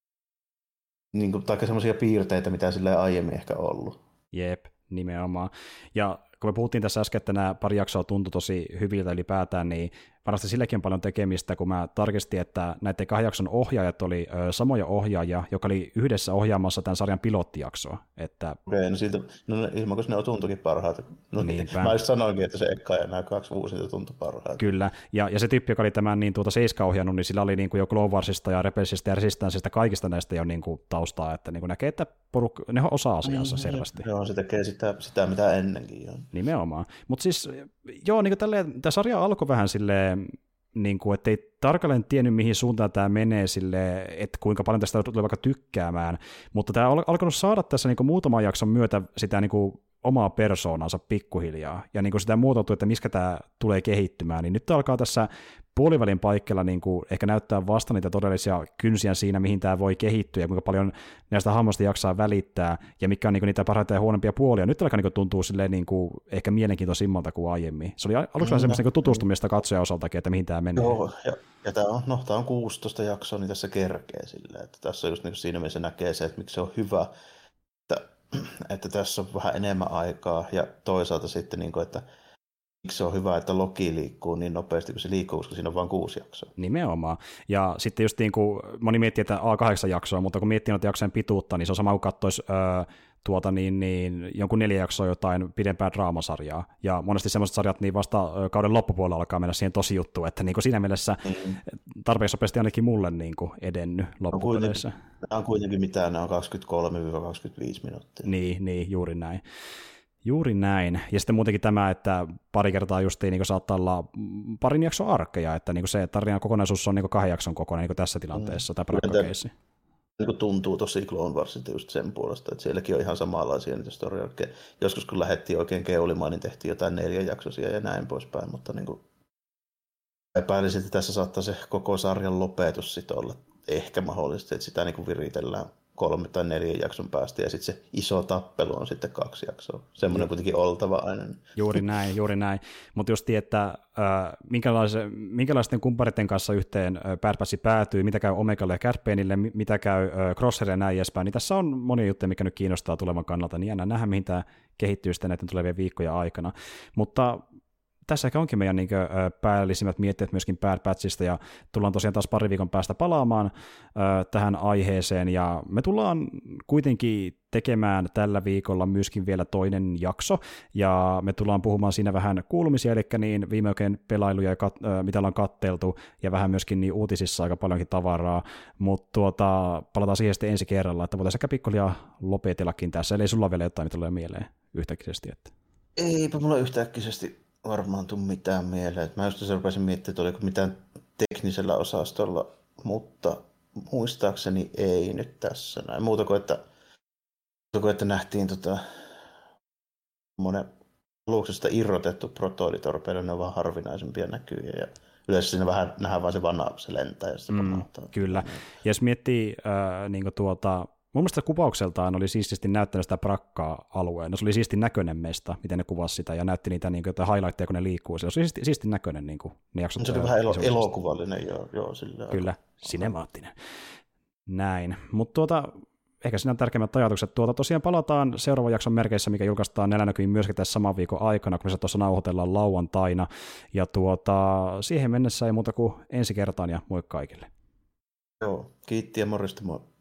niin kuin, tai semmoisia piirteitä, mitä sillä ei aiemmin ehkä ollut. Jep, nimenomaan. Ja kun me puhuttiin tässä äsken, että nämä pari jaksoa tuntui tosi hyviltä ylipäätään, niin varmasti silläkin on paljon tekemistä, kun mä tarkistin, että näiden kahden jakson ohjaajat oli ö, samoja ohjaajia, joka oli yhdessä ohjaamassa tämän sarjan pilottijaksoa. Että... Okei, no siltä, no ilman, koska ne tuntuikin parhaat. No, mä just sanoinkin, että se eka ja nämä kaksi uusinta tuntui parhaat. Kyllä, ja, ja se tyyppi, joka oli tämän niin tuota Seiska ohjannut, niin sillä oli niin kuin jo Clone Warsista ja Rebelsista ja Resistanceista kaikista näistä jo niin kuin taustaa, että niin kuin näkee, että poruk... ne osaa asiansa mm, selvästi. Joo, se tekee sitä, sitä mitä ennenkin. Jo. Nimenomaan. Mutta siis, joo, niin kuin tälleen, tämä sarja alkoi vähän silleen, niin kuin, ettei tarkalleen tiennyt, mihin suuntaan tämä menee sille, että kuinka paljon tästä tulee vaikka tykkäämään, mutta tämä on alkanut saada tässä niin kuin muutaman jakson myötä sitä niin kuin omaa persoonansa pikkuhiljaa, ja niin kuin sitä muotoutuu, että miskä tämä tulee kehittymään, niin nyt alkaa tässä puolivälin paikkeilla niin kuin ehkä näyttää vasta niitä todellisia kynsiä siinä, mihin tämä voi kehittyä, ja kuinka paljon näistä hahmoista jaksaa välittää, ja mikä on niin kuin niitä parhaita ja huonompia puolia. Nyt alkaa niin kuin tuntuu silleen niin kuin ehkä mielenkiintoisimmalta kuin aiemmin. Se oli aluksi vähän semmoista niin tutustumista katsojan osaltakin, että mihin tämä menee. Joo, ja, ja tämä on, no, tämä on kuusitoista jaksoa, niin tässä kerkee silleen, että tässä on just niin kuin siinä mielessä näkee se, että miksi se on hyvä, että, että tässä on vähän enemmän aikaa, ja toisaalta sitten, niin kuin, että miksi se on hyvä, että Loki liikkuu niin nopeasti kuin se liikkuu, koska siinä on vain kuusi jaksoa. Nimenomaan. Ja sitten just niin kuin moni miettii, että A kahdeksan jaksoa, mutta kun miettii noita jaksojen pituutta, niin se on sama kuin katsoisi öö, tuota, niin, niin, jonkun neljä jaksoa jotain pidempää draamasarjaa. Ja monesti semmoiset sarjat niin vasta kauden loppupuolella alkaa mennä siihen tosi juttuun, että niin kuin siinä mielessä mm-hmm. tarpeeksi nopeasti ainakin mulle niin kuin edennyt loppupeleissä. Nämä on kuitenkin mitään, nämä on kaksikymmentäkolme kaksikymmentäviisi minuuttia. Niin, niin, juuri näin. Juuri näin. Ja sitten muutenkin tämä, että pari kertaa justiin niin saattaa olla parin jakson arkkeja, että niin se tarinan kokonaisuus on niin kahden jakson kokoinen niin tässä tilanteessa, mm. tai prakkakeissi. Niin tuntuu tosi Clone Warsilta just sen puolesta, että sielläkin on ihan samanlaisia niitä storya. Joskus kun lähdettiin oikein keulimaan, niin tehtiin jotain neljäjaksoisia ja näin poispäin, mutta niin kuin epäilisin, että tässä saattaa se koko sarjan lopetus sitten olla ehkä mahdollisesti, että sitä niin kuin viritellään kolme tai neljän jakson päästä, ja sitten se iso tappelu on sitten kaksi jaksoa. Semmoinen no. kuitenkin oltava aina. Juuri näin, juuri näin. Mutta just että äh, minkälaisten kumppareiden kanssa yhteen äh, Bad Batch päätyy, mitä käy Omegalle ja Cad Baneille, mitä käy äh, Crosshairille ja näin edespäin, niin tässä on monia juttuja, mikä nyt kiinnostaa tulevan kannalta, niin jännä nähdä, mihin tämä kehittyy sitten näiden tulevien viikkojen aikana. Mutta tässä ehkä onkin meidän niin kuin, päällisimmät mietteet myöskin Bad Batchista, ja tullaan tosiaan taas pari viikon päästä palaamaan äh, tähän aiheeseen, ja me tullaan kuitenkin tekemään tällä viikolla myöskin vielä toinen jakso, ja me tullaan puhumaan siinä vähän kuulumisia, eli niin viime aikojen pelailuja, kat- äh, mitä ollaan katteltu, ja vähän myöskin niin uutisissa aika paljonkin tavaraa, mutta tuota, palataan siihen sitten ensi kerralla, että voitaisiin ehkä pikkuhiljaa lopetellakin tässä, eli ei sulla vielä jotain, mitä tulee mieleen yhtäkkiisesti? Että... Eipä mulla yhtäkkiisesti varmaan tule mitään mieleen. Mä just rupesin miettimään, että oliko mitään teknisellä osastolla, mutta muistaakseni ei nyt tässä näin. Muuta kuin, että, muuta kuin, että nähtiin tota, monen aluksesta irrotettu protoolitorpedo, ne on vaan harvinaisempia näkyjä. Ja yleensä siinä vähän nähdään vaan se vanha, se lentää ja se mm, kyllä. Ja jos miettii äh, niin tuota... Mun mielestä kuvaukseltaan oli siististi näyttänyt sitä Brakkaa-alueen. No, se oli siisti näköinen mesta, miten ne kuvasi sitä, ja näytti niitä niin kuin, highlightteja, kun ne liikkuu. Se oli siisti, siisti näköinen niin kuin, ne jaksot. Se oli vähän elo- elokuvallinen, joo. joo sillä kyllä, aika... sinemaattinen. Näin. Mutta tuota, ehkä siinä on tärkeimmät ajatukset. Tuota, tosiaan palataan seuraavan jakson merkeissä, mikä julkaistaan näillä näkymin myöskin tässä saman viikon aikana, kun me se tuossa nauhoitellaan lauantaina. Ja tuota, siihen mennessä ei muuta kuin ensi kertaan, ja moi kaikille. Joo, kiitti ja morjesta moi.